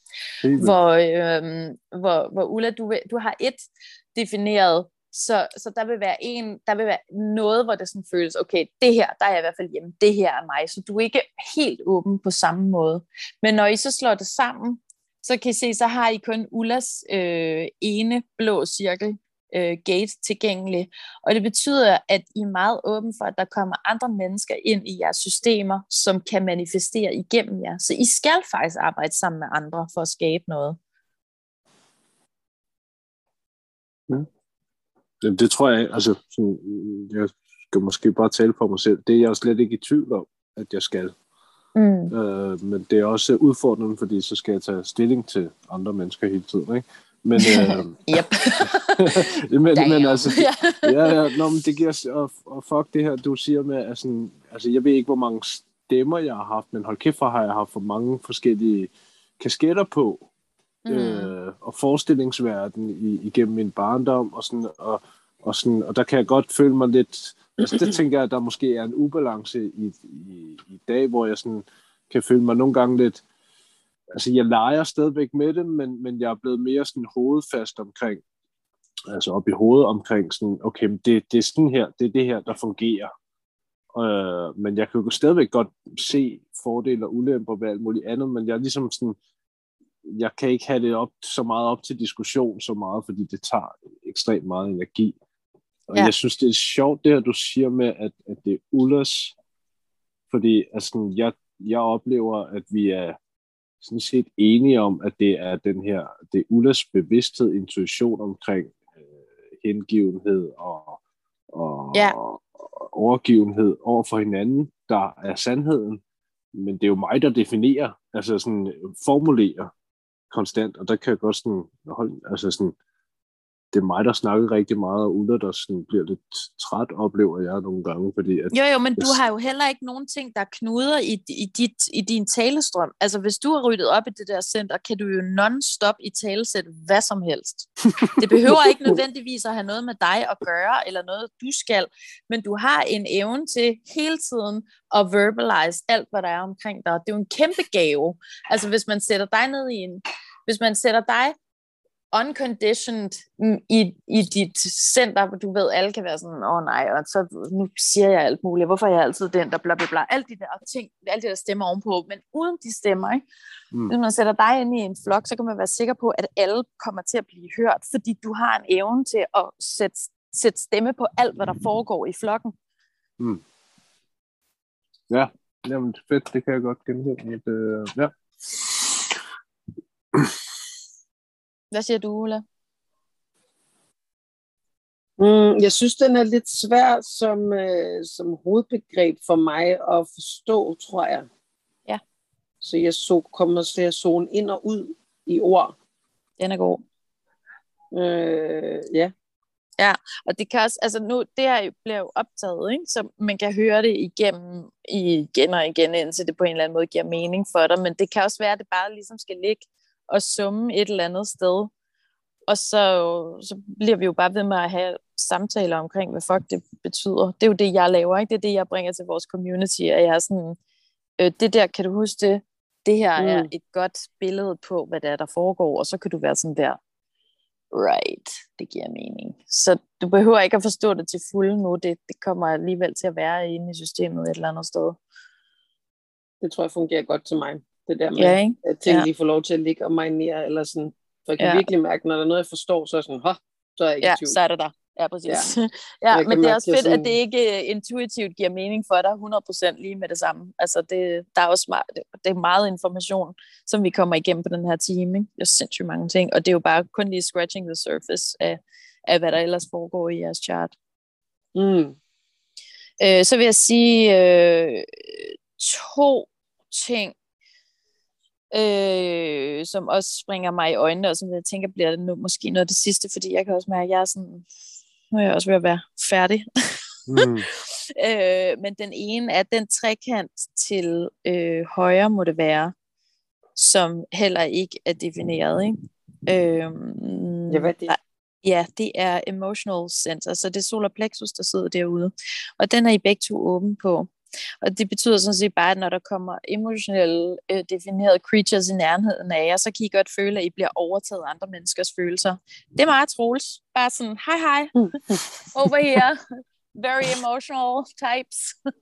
Hvor Ulla, du har et defineret, så der vil være noget, hvor det sådan føles, okay, det her, der er jeg i hvert fald hjemme, det her er mig, så du er ikke helt åben på samme måde. Men når I så slår det sammen, så kan I se, så har I kun Ullas ene blå cirkel gate tilgængelig. Og det betyder, at I er meget åben for, at der kommer andre mennesker ind i jeres systemer, som kan manifestere igennem jer. Så I skal faktisk arbejde sammen med andre for at skabe noget.
Det tror jeg, altså sådan, jeg skal måske bare tale for mig selv. Det er jeg jo slet ikke i tvivl om, at jeg skal. Men det er også udfordrende, fordi så skal jeg tage stilling til andre mennesker hele tiden, ikke? Men, men altså, men det giver, og fuck det her, du siger med, altså jeg ved ikke, hvor mange stemmer jeg har haft, men hold kæft, har jeg haft for mange forskellige kasketter på, og forestillingsverden igennem min barndom, og der kan jeg godt føle mig lidt, altså det tænker jeg, at der måske er en ubalance i dag, hvor jeg sådan kan føle mig nogle gange lidt, altså jeg leger stadigvæk med det, men jeg er blevet mere sådan hovedfast omkring, altså op i hovedet omkring sådan, okay, det er sådan her, det er det her, der fungerer. Men jeg kan jo stadigvæk godt se fordele og ulemper ved alt muligt andet, men jeg er ligesom sådan, jeg kan ikke have det så meget op til diskussion så meget, fordi det tager ekstremt meget energi. Og jeg synes, det er sjovt det her, du siger med, at det er Ullas, fordi altså, jeg oplever, at vi er sådan set enige om, at det er det er Ullas bevidsthed, intuition omkring hengivenhed og overgivenhed over for hinanden, der er sandheden. Men det er jo mig, der definerer, altså sådan formulerer konstant, og der kan jeg godt sådan altså sådan, det er mig, der snakker rigtig meget, og Ulla, der sådan bliver lidt træt, oplever jeg nogle gange, fordi at...
Jo, men du har jo heller ikke nogen ting, der knuder i din talestrøm. Altså, hvis du har ryddet op i det der center, kan du jo non-stop i talesætte hvad som helst. Det behøver ikke nødvendigvis at have noget med dig at gøre, eller noget, du skal, men du har en evne til hele tiden at verbalize alt, hvad der er omkring dig. Det er jo en kæmpe gave. Altså, hvis man sætter dig ned i hvis man sætter dig unconditioned i dit center, hvor du ved, alle kan være sådan, nej, og så nu siger jeg alt muligt, hvorfor er jeg altid den, der bla bla bla, alle de der ting, alle de der stemmer ovenpå, men uden de stemmer, ikke? Hvis man sætter dig ind i en flok, så kan man være sikker på, at alle kommer til at blive hørt, fordi du har en evne til at sætte stemme på alt, hvad der foregår i flokken.
Ja, jamen fedt, det kan jeg godt genkende. Ja.
Hvad siger du, Ulla?
Jeg synes, den er lidt svær som hovedbegreb for mig at forstå, tror jeg.
Ja.
Så jeg kommer til at zone ind og ud i ord.
Den er god.
Ja.
Ja, og det kan også, altså nu, det her bliver jo optaget, ikke? Så man kan høre det igennem igen og igen, indtil det på en eller anden måde giver mening for dig, men det kan også være, at det bare ligesom skal ligge og summe et eller andet sted. Og så bliver vi jo bare ved med at have samtaler omkring, hvad fuck det betyder. Det er jo det, jeg laver, ikke? Det er det, jeg bringer til vores community, og jeg er sådan, det der, kan du huske det? Det her er et godt billede på, hvad det er, der foregår, og så kan du være sådan der, right, det giver mening. Så du behøver ikke at forstå det til fulde nu, det kommer alligevel til at være inde i systemet et eller andet sted.
Det tror jeg fungerer godt til mig. Det der med, at ting lige får lov til at ligge og marinere, eller sådan, for jeg kan virkelig mærke, når der er noget, jeg forstår, så er sådan, så er jeg ikke i tvivl.
Så er det der. Ja, præcis. Ja, men det er også fedt, sådan... at det ikke intuitivt giver mening for dig 100% lige med det samme. Altså, der er også det er meget information, som vi kommer igennem på den her time. Ikke? Det er sindssygt mange ting, og det er jo bare kun lige scratching the surface af hvad der ellers foregår i jeres chart. Så vil jeg sige 2 ting, som også springer mig i øjnene, og som jeg tænker bliver det nu måske noget af det sidste, fordi jeg kan også mærke, at jeg er sådan, nu er jeg også ved at være færdig. Men den ene er den trekant til højre, må det være, som heller ikke er defineret, ikke?
Hvad er det?
Ja, det er emotional center, så det er solar plexus, der sidder derude, og den er I begge to åben på. Og det betyder sådan set bare, at når der kommer emotionelle definerede creatures i nærheden af jer, så kan I godt føle, at I bliver overtaget af andre menneskers følelser. Det er meget Troels. Bare sådan, hej, over here. Very emotional types.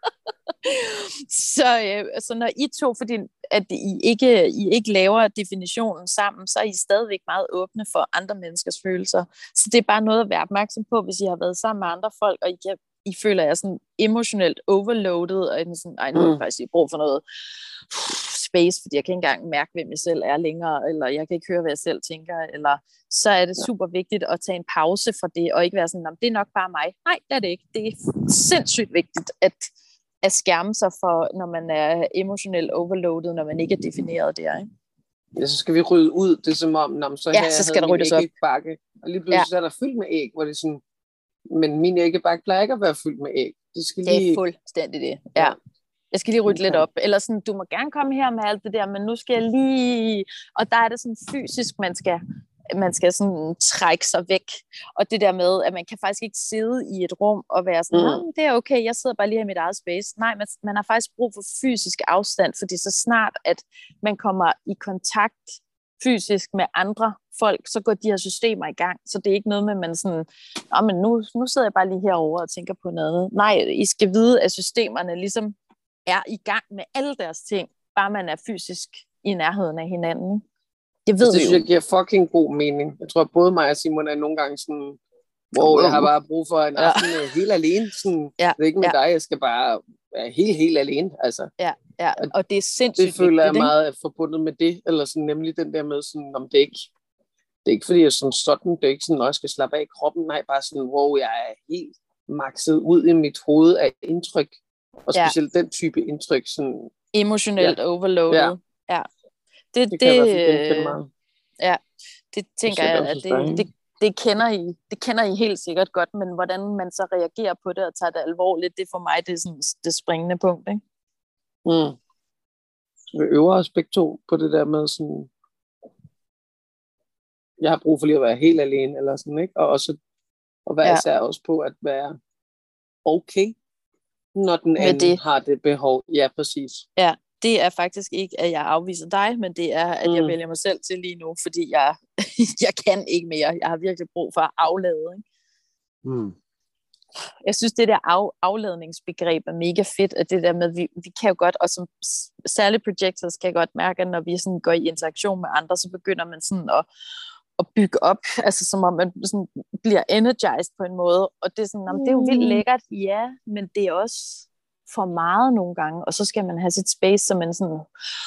Så når I to, fordi at I ikke laver definitionen sammen, så er I stadigvæk meget åbne for andre menneskers følelser. Så det er bare noget at være opmærksom på, hvis I har været sammen med andre folk, og I føler jer sådan emotionelt overloadet, og I sådan, nu har jeg faktisk brug for noget space, fordi jeg kan ikke engang mærke, hvem jeg selv er længere, eller jeg kan ikke høre, hvad jeg selv tænker, eller så er det super vigtigt at tage en pause fra det, og ikke være sådan, det er nok bare mig. Nej, det er det ikke. Det er sindssygt vigtigt, at skærme sig for, når man er emotionelt overloadet, når man ikke er defineret der, ikke?
Ja, så skal vi rydde ud. Det er som om,
så skal der ryddes op.
Æggebakke, og lige pludselig så er der fyldt med æg, hvor det er sådan, men min æggebakke plejer ikke at være fyldt med æg. Det
er fuldstændig det, ja. Jeg skal lige rydde lidt op. Eller sådan, du må gerne komme her med alt det der, men nu skal jeg lige... Og der er det sådan fysisk, man skal sådan trække sig væk. Og det der med, at man kan faktisk ikke sidde i et rum og være sådan, det er okay, jeg sidder bare lige her i mit eget space. Nej, man har faktisk brug for fysisk afstand, fordi så snart, at man kommer i kontakt fysisk med andre folk, så går de her systemer i gang. Så det er ikke noget med, man sådan, men nu sidder jeg bare lige herovre og tænker på noget. Nej, I skal vide, at systemerne ligesom er i gang med alle deres ting, bare man er fysisk i nærheden af hinanden. Det ved vi jo.
Det synes jeg giver fucking god mening. Jeg tror, både mig og Simon er nogle gange sådan, jeg har bare brug for en aften helt alene. Sådan, det er ikke med dig, jeg skal bare være helt alene. Altså.
Ja, og det er sindssygt
det føler jeg meget forbundet med det, eller sådan, nemlig den der med, sådan, om det er ikke fordi, jeg sådan, det er ikke sådan, når jeg skal slappe af i kroppen, nej, bare sådan, jeg er helt makset ud i mit hoved af indtryk, og specielt den type indtryk. Sådan,
emotionelt overloadet. Ja. Det kan jeg i hvert fald genkende meget. Ja, det tænker jeg, at det kender I helt sikkert godt, men hvordan man så reagerer på det og tager det alvorligt, det for mig, det er sådan det springende punkt, ikke?
Så vi øver os begge to på det der med sådan, jeg har brug for lige at være helt alene, eller sådan, ikke? Og også at være især også på at være okay, når den anden har det behov. Ja, præcis.
Ja, det er faktisk ikke, at jeg afviser dig, men det er, at jeg vælger mig selv til lige nu, fordi jeg kan ikke mere. Jeg har virkelig brug for at aflade, ikke? Jeg synes, det der afladningsbegreb er mega fedt, at det der med, vi kan jo godt, og som særligt projectors kan jeg godt mærke, at når vi sådan går i interaktion med andre, så begynder man sådan at bygge op, altså som om man sådan bliver energized på en måde, og det er sådan, det er jo vildt lækkert, ja, men det er også for meget nogle gange, og så skal man have sit space, så man sådan,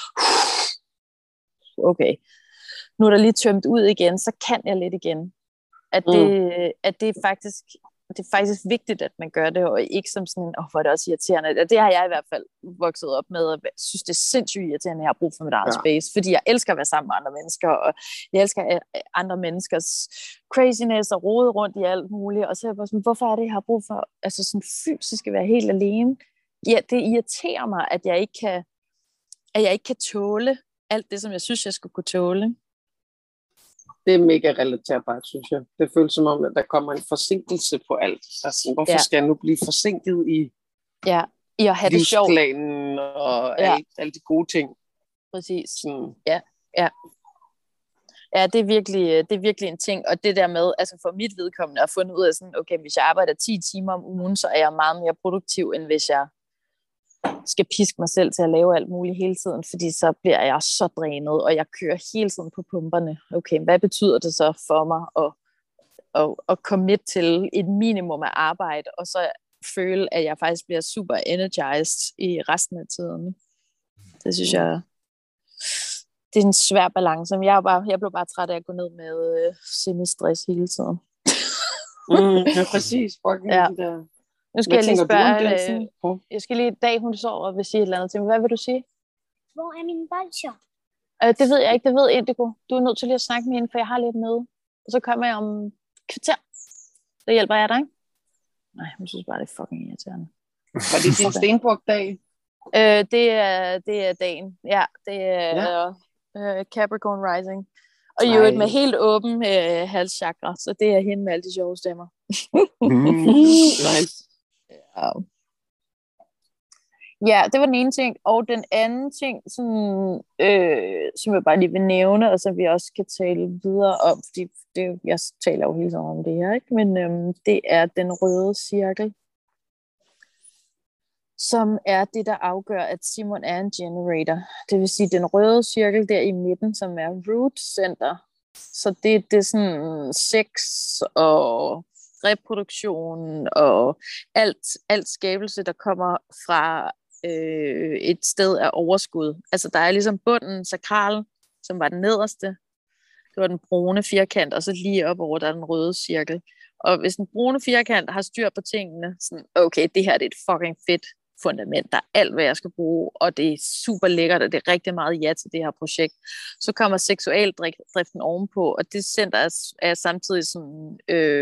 okay, nu er der lige tømt ud igen, så kan jeg lidt igen. At det er faktisk vigtigt, at man gør det, og ikke som sådan, hvor er det også irriterende. Det har jeg i hvert fald vokset op med, og synes, det er sindssygt irriterende, at jeg har brug for mit eget space, fordi jeg elsker at være sammen med andre mennesker, og jeg elsker andre menneskers craziness og rode rundt i alt muligt, og så er jeg bare sådan, hvorfor er det, jeg har brug for, altså sådan fysisk at være helt alene? Ja, det irriterer mig, at jeg ikke kan tåle alt det, som jeg synes, jeg skulle kunne tåle.
Det er mega relaterbart, synes jeg. Det føles som om, at der kommer en forsinkelse på alt. Altså, hvorfor skal jeg nu blive forsinket i
at have det sjovt?
Livsplanen og alle de gode ting.
Præcis. Ja, det er virkelig en ting. Og det der med, altså for mit vedkommende, at fundet ud af sådan, okay, hvis jeg arbejder 10 timer om ugen, så er jeg meget mere produktiv, end hvis jeg skal piske mig selv til at lave alt muligt hele tiden, fordi så bliver jeg så drænet, og jeg kører hele tiden på pumperne. Okay, hvad betyder det så for mig at commit til et minimum af arbejde, og så føle, at jeg faktisk bliver super energized i resten af tiden. Det synes jeg, det er en svær balance. Jeg blev bare træt af at gå ned med semi-stress hele tiden.
Ja, præcis.
Nu skal jeg lige spørge, jeg skal lige dag, hun sover og vil sige et eller andet til mig. Hvad vil du sige?
Hvor er mine bolcher?
Det ved jeg ikke, det ved Indigo. Du er nødt til lige at snakke med hende, for jeg har lidt med. Og så kommer jeg om kvarter. Så hjælper jeg dig, ikke? Nej, hun synes bare, det er fucking irriterende.
Var det din Stenbuk-dag?
Det er dagen. Ja, det er Capricorn Rising. Og jo med helt åben halschakra, så det er hende med alle de sjove stemmer.
Nice.
Ja, det var den ene ting. Og den anden ting, som jeg bare lige vil nævne, og som vi også kan tale videre om, fordi jeg taler jo hele tiden om det her, ikke? Men det er den røde cirkel. som er det, der afgør, at Simon er en generator. Det vil sige, den røde cirkel der i midten, som er root center. Så det er sådan sex og reproduktion og alt skabelse, der kommer fra et sted af overskud. Altså der er ligesom bunden, sakral, som var den nederste. Det var den brune firkant, og så lige op over der er den røde cirkel. Og hvis den brune firkant har styr på tingene, sådan, okay, det her det er et fucking fedt fundament, der er alt, hvad jeg skal bruge, og det er super lækkert, og det er rigtig meget ja til det her projekt. Så kommer seksualdriften ovenpå, og det center er samtidig sådan,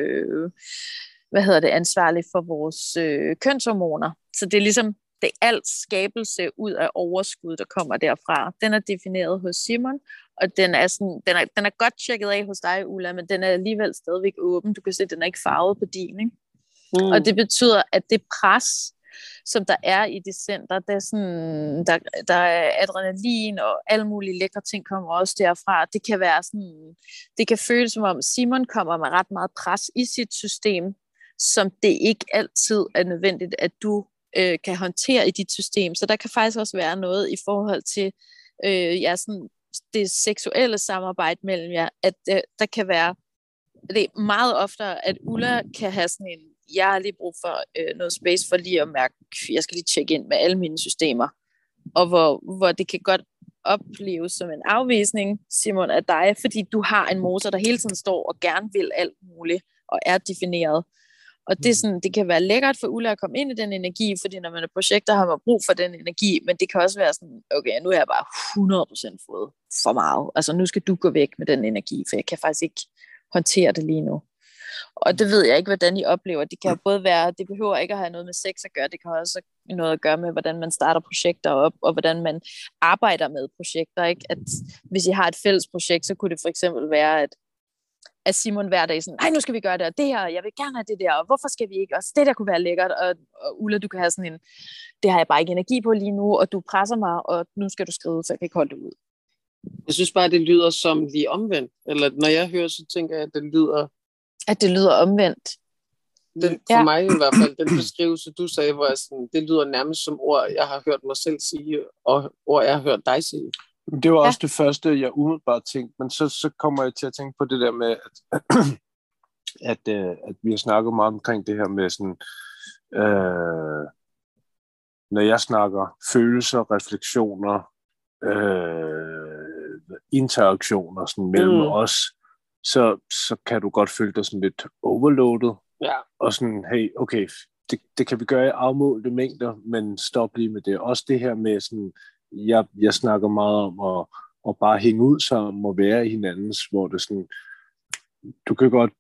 ansvarligt for vores kønshormoner. Så det er ligesom, det er alt skabelse ud af overskud, der kommer derfra. Den er defineret hos Simon, og den er godt tjekket af hos dig, Ulla, men den er alligevel stadigvæk åben. Du kan se, at den er ikke farvet på din, ikke? Og det betyder, at det pres, som der er i det center, der er adrenalin og alle mulige lækre ting kommer også derfra. Det kan være sådan, det kan føles som om Simon kommer med ret meget pres i sit system, som det ikke altid er nødvendigt, at du kan håndtere i dit system. Så der kan faktisk også være noget i forhold til sådan det seksuelle samarbejde mellem jer, at der kan være, det er meget oftere, at Ulla kan have sådan en, jeg har lige brug for noget space for lige at mærke, jeg skal lige tjekke ind med alle mine systemer, og hvor det kan godt opleves som en afvisning, Simon, af dig, fordi du har en motor, der hele tiden står og gerne vil alt muligt, og er defineret. Og det, er sådan, det kan være lækkert for Ulla at komme ind i den energi, fordi når man er projekter, har man brug for den energi, men det kan også være sådan, okay, nu er jeg bare 100% fået for meget. Altså nu skal du gå væk med den energi, for jeg kan faktisk ikke håndtere det lige nu. Og det ved jeg ikke, hvordan I oplever. Det kan både være, det behøver ikke at have noget med sex at gøre, det kan også have noget at gøre med, hvordan man starter projekter op, og hvordan man arbejder med projekter. Ikke? At hvis I har et fælles projekt, så kunne det for eksempel være, at Simon hver dag sådan, nej, nu skal vi gøre det, og det her, jeg vil gerne have det der, og hvorfor skal vi ikke også? Det der kunne være lækkert, og Ulla, du kan have sådan en, det har jeg bare ikke energi på lige nu, og du presser mig, og nu skal du skrive, så jeg kan ikke holde det ud.
Jeg synes bare, det lyder som lige omvendt. Eller når jeg hører, så tænker jeg,
at det lyder omvendt.
For mig i hvert fald, den beskrivelse, du sagde, hvor sådan, det lyder nærmest som ord, jeg har hørt mig selv sige, og ord, jeg har hørt dig sige.
Det var også det første, jeg umiddelbart tænkte, men så kommer jeg til at tænke på det der med, at vi har snakket meget omkring det her med sådan, når jeg snakker følelser, refleksioner, interaktioner sådan mellem os, så kan du godt føle dig sådan lidt overloadet.
Ja.
Og sådan, hey, okay, det kan vi gøre i afmålte mængder, men stop lige med det. Også det her med sådan, jeg snakker meget om at bare hænge ud sammen og være i hinandens, hvor det sådan, du kan godt,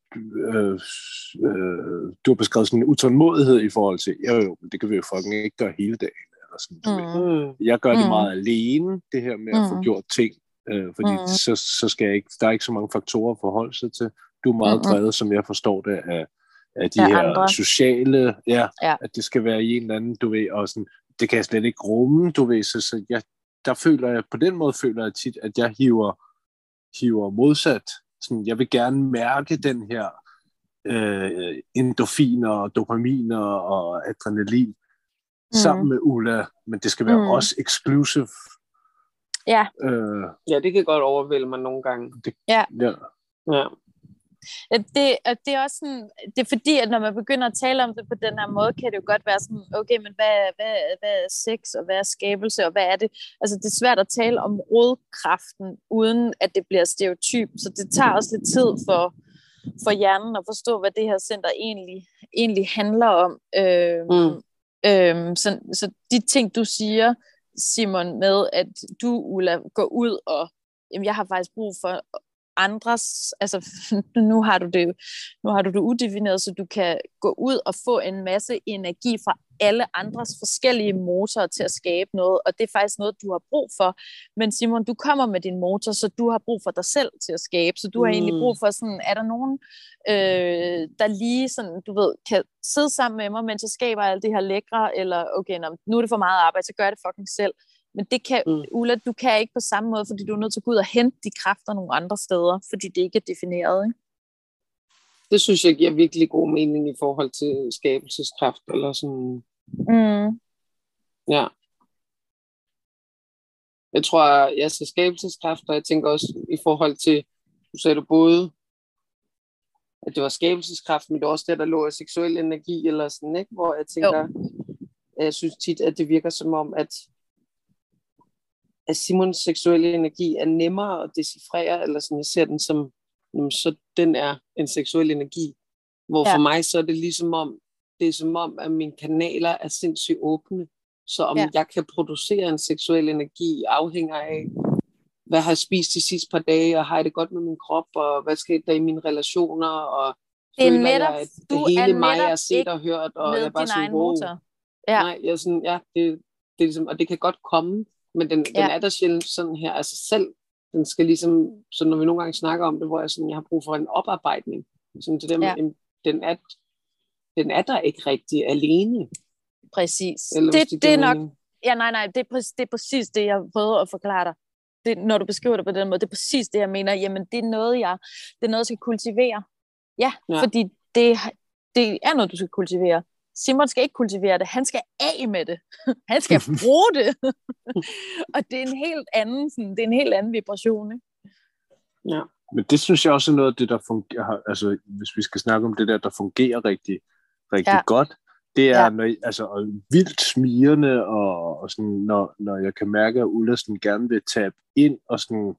du har beskrevet sådan en utålmodighed i forhold til, jo, men det kan vi jo fucking ikke gøre hele dagen. Eller sådan, jeg gør det meget alene, det her med at få gjort ting, fordi så skal jeg ikke, der er ikke så mange faktorer at forholde sig til. Du er meget drevet, som jeg forstår det, af de her andre sociale, at det skal være i en eller anden, du ved, og sådan, det kan jeg slet ikke rumme, du ved, så på den måde føler jeg tit, at jeg hiver modsat. Sådan, jeg vil gerne mærke den her endorfiner, dopaminer og adrenalin sammen med Ulla, men det skal være også exclusive.
Ja.
Ja, det kan godt overvælde mig nogle gange.
Ja.
Det er også sådan, det er fordi, at når man begynder at tale om det på den her måde, kan det jo godt være sådan, okay, men hvad er sex, og hvad er skabelse, og hvad er det? Altså, det er svært at tale om rodkraften, uden at det bliver stereotyp, så det tager også lidt tid for hjernen at forstå, hvad det her center egentlig handler om. Så de ting, du siger, Simon, med at du, Ulla, går ud og, jamen, jeg har faktisk brug for andres, altså nu har du det udefineret, så du kan gå ud og få en masse energi fra alle andres forskellige motorer til at skabe noget, og det er faktisk noget, du har brug for. Men Simon, du kommer med din motor, så du har brug for dig selv til at skabe, så du har egentlig brug for sådan, er der nogen, der lige sådan, du ved, kan sidde sammen med mig, mens jeg skaber alt det her lækre, eller okay, nu er det for meget arbejde, så gør det fucking selv. Men det kan, Ulla, du kan ikke på samme måde, fordi du er nødt til at gå ud og hente de kræfter nogle andre steder, fordi det ikke er defineret, ikke?
Det synes jeg giver virkelig god mening i forhold til skabelseskraft, eller sådan. Ja. Jeg tror, jeg ser skabelseskraft, og jeg tænker også i forhold til, du sagde du både, at det var skabelseskraft, men det var også det, der lå af seksuel energi, eller sådan, ikke? Hvor jeg tænker, jeg synes tit, at det virker som om, at Simons seksuelle energi er nemmere at decifrere, eller sådan, jeg ser den som, så den er en seksuel energi. Hvor for mig, så er det ligesom om, det er som om, at mine kanaler er sindssygt åbne. Så om jeg kan producere en seksuel energi, afhænger af, hvad har jeg spist de sidste par dage, og har jeg det godt med min krop, og hvad sker der i mine relationer, og
det er
føler
netop,
jeg, at det hele mig er set og hørt, og jeg er bare sådan, wow. Nej, jeg er sådan, det er ligesom, og det kan godt komme, men den er der sjældent sådan her af sig selv. Den skal ligesom, så når vi nogle gange snakker om det, hvor jeg har brug for en oparbejdning, sådan det der med, den er der ikke rigtig alene.
Præcis.
Eller,
det er nok, nej, det er præcis det, jeg prøver at forklare dig. Det, når du beskriver det på den måde, det er præcis det, jeg mener. Jamen, det er noget, jeg skal kultivere. Ja, fordi det er noget, du skal kultivere. Simon skal ikke kultivere det, han skal af med det. Han skal bruge det. Og det er en helt anden vibration, ikke?
Ja. Men det synes jeg også er noget af det, der fungerer, altså hvis vi skal snakke om det der fungerer rigtig godt, det er vildt smirende, og sådan, når jeg kan mærke, at Ulla sådan gerne vil tabe ind, og sådan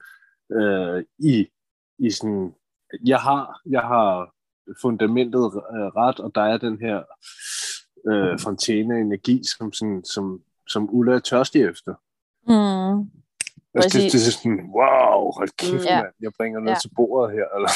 i sådan, jeg har fundamentet ret, og der er den her fontæne-energi, som Ulla er tørstig efter. Altså, det er sådan, wow, hold kæft, mand, jeg bringer noget til bordet her. Eller,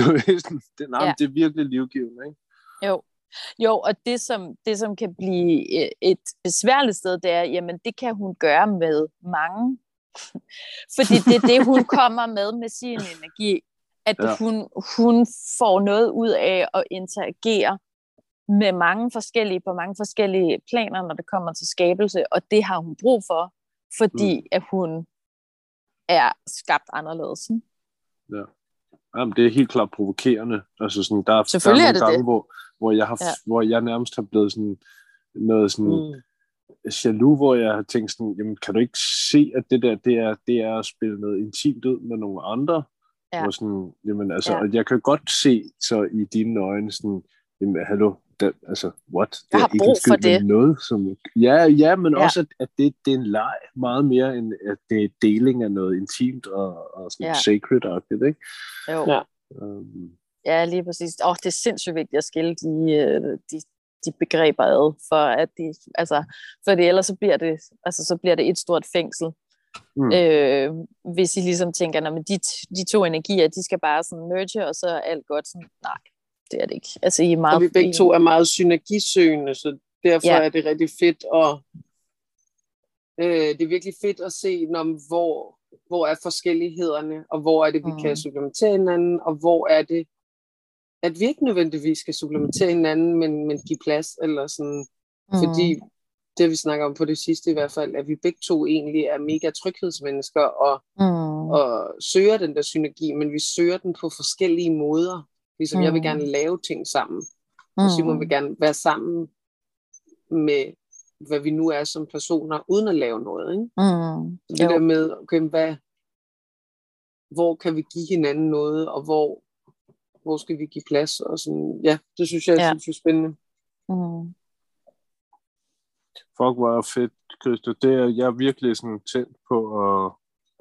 det er virkelig livgivende, ikke?
Jo, og det som kan blive et besværligt sted, det er, jamen det kan hun gøre med mange. Fordi det er det, hun kommer med sin energi. At hun får noget ud af at interagere med på mange forskellige planer, når det kommer til skabelse, og det har hun brug for, fordi at hun er skabt anderledes.
Ja. Jamen, det er helt klart provokerende. Altså sådan, der er nogle gange, hvor jeg nærmest har blevet sådan noget sådan jaloux, hvor jeg har tænkt sådan, jamen kan du ikke se, at det er at spille noget intimt ud med nogle andre? Ja. Og sådan, jamen altså, og jeg kan godt se så i dine øjne sådan, jamen hallo, altså, what?
Jeg har brug for det.
Noget, som, men også, at det er en leg meget mere, end at det er deling af noget intimt og sådan sacred-agtigt, ikke?
Jo. Ja. Ja, lige præcis. Det er sindssygt vigtigt at skille de begreber ad, fordi ellers så bliver det et stort fængsel. Hvis I ligesom tænker, men de to energier, de skal bare sådan merge, og så er alt godt. Sådan, nej, det er det ikke. Altså, I er meget,
og vi begge to er meget synergisøgende, så derfor er det rigtig fedt, og det er virkelig fedt at se, hvor er forskellighederne, og hvor er det, vi kan supplementere hinanden, og hvor er det, at vi ikke nødvendigvis skal supplementere hinanden, men give plads, eller sådan, fordi det vi snakker om på det sidste i hvert fald, at vi begge to egentlig er mega tryghedsmennesker, og søger den der synergi, men vi søger den på forskellige måder. Ligesom jeg vil gerne lave ting sammen, og Simon vil gerne være sammen med, hvad vi nu er som personer, uden at lave noget. Ikke? Det der med, okay, hvor kan vi give hinanden noget, og hvor skal vi give plads, og sådan, det synes jeg er spændende.
Fuck, hvor er fedt, Christa. Jeg er virkelig sådan tændt på at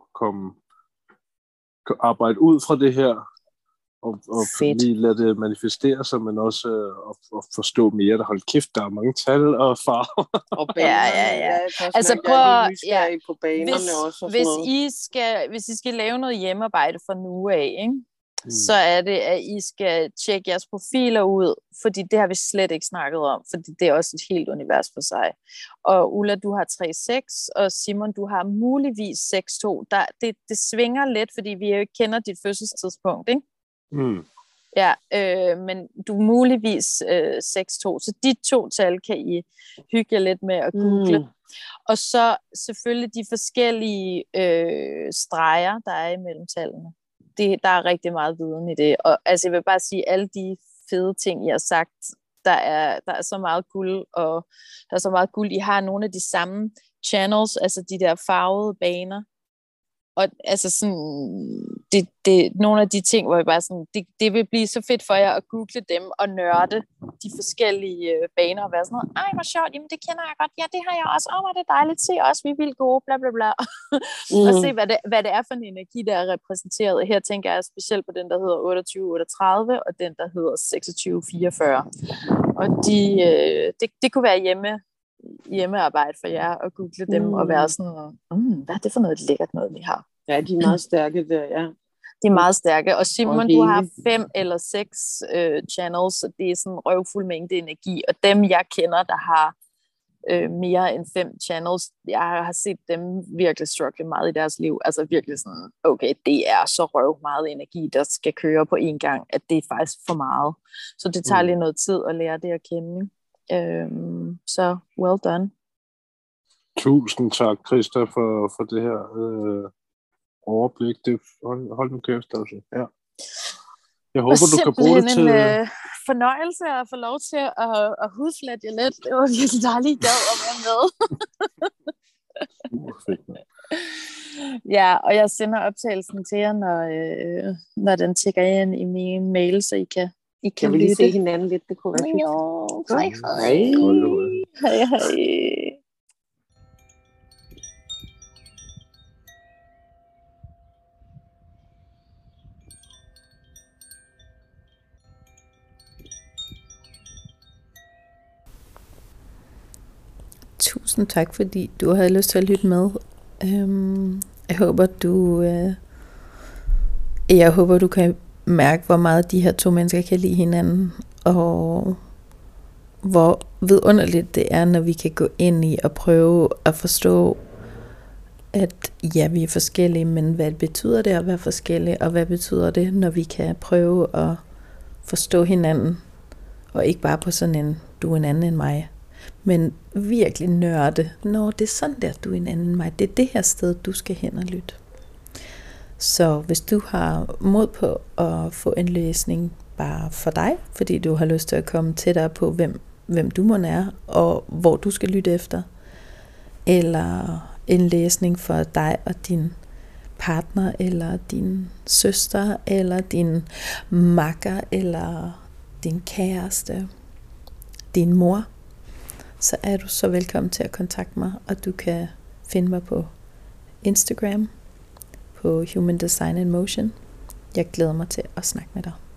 arbejde ud fra det her, og lige lade det manifestere sig, men også at forstå mere, der hold kæft, der er mange tal og farver.
Og baner, altså på banerne også.
Hvis I skal lave noget hjemmearbejde fra nu af, ikke? Så er det, at I skal tjekke jeres profiler ud, fordi det har vi slet ikke snakket om, fordi det er også et helt univers for sig. Og Ulla, du har 3-6, og Simon, du har muligvis 6-2. Det svinger lidt, fordi vi jo ikke kender dit fødselstidspunkt, ikke? Ja, men du er muligvis 6-2, så de 2 tal kan I hygge jer lidt med at google. Og så selvfølgelig de forskellige streger, der er imellem tallene. Der er rigtig meget viden i det. Og altså, jeg vil bare sige, alle de fede ting, I har sagt, der er så meget guld, og der er så meget guld. I har nogle af de samme channels, altså de der farvede baner. Og altså sådan, det nogle af de ting, hvor jeg bare sådan, det vil blive så fedt for jer at google dem og nørde de forskellige baner og være sådan noget, ej hvor sjovt, jamen det kender jeg godt, ja det har jeg også, hvor er det dejligt, se også, vi er vildt gode, bla bla bla. Og se hvad det er for en energi, der er repræsenteret. Her tænker jeg specielt på den, der hedder 2838 og den, der hedder 2644. Og det kunne være hjemmearbejde for jer at google dem og være sådan, hvad er det for noget lækkert noget, vi har?
Ja, de er meget stærke der, ja.
De er meget stærke. Og Simon, du har 5 eller 6 channels, så det er sådan en røvfuld mængde energi. Og dem, jeg kender, der har mere end 5 channels, jeg har set dem virkelig struggle meget i deres liv. Altså virkelig sådan, okay, det er så røv meget energi, der skal køre på en gang, at det er faktisk for meget. Så det tager lige noget tid at lære det at kende. Så well done.
Tusind tak, Christa, for det her overblik. Det, hold nu kæft, altså. Ja. Jeg håber, du kan bruge det til...
en fornøjelse at få lov til at hudflatte jer lidt. Det var virkelig dejligt gad at være med. Ja, og jeg sender optagelsen til jer, når den tækker ind i min mail, så I kan
vi lige se hinanden lidt, det kunne være fint.
Jo, hej. Hej.
Tusind tak, fordi du havde lyst til at lytte med. Jeg håber, du kan mærke, hvor meget de her 2 mennesker kan lide hinanden, og hvor vidunderligt det er, når vi kan gå ind i og prøve at forstå, at ja, vi er forskellige, men hvad betyder det at være forskellige, og hvad betyder det, når vi kan prøve at forstå hinanden, og ikke bare på sådan en, du er en anden end mig, men virkelig nørde, når det er sådan der, du er en anden end mig, det er det her sted, du skal hen og lytte. Så hvis du har mod på at få en læsning bare for dig, fordi du har lyst til at komme tættere på, hvem du må er, og hvor du skal lytte efter, eller en læsning for dig og din partner, eller din søster, eller din makker, eller din kæreste, din mor, så er du så velkommen til at kontakte mig, og du kan finde mig på Instagram, på Human Design in Motion. Jeg glæder mig til at snakke med dig.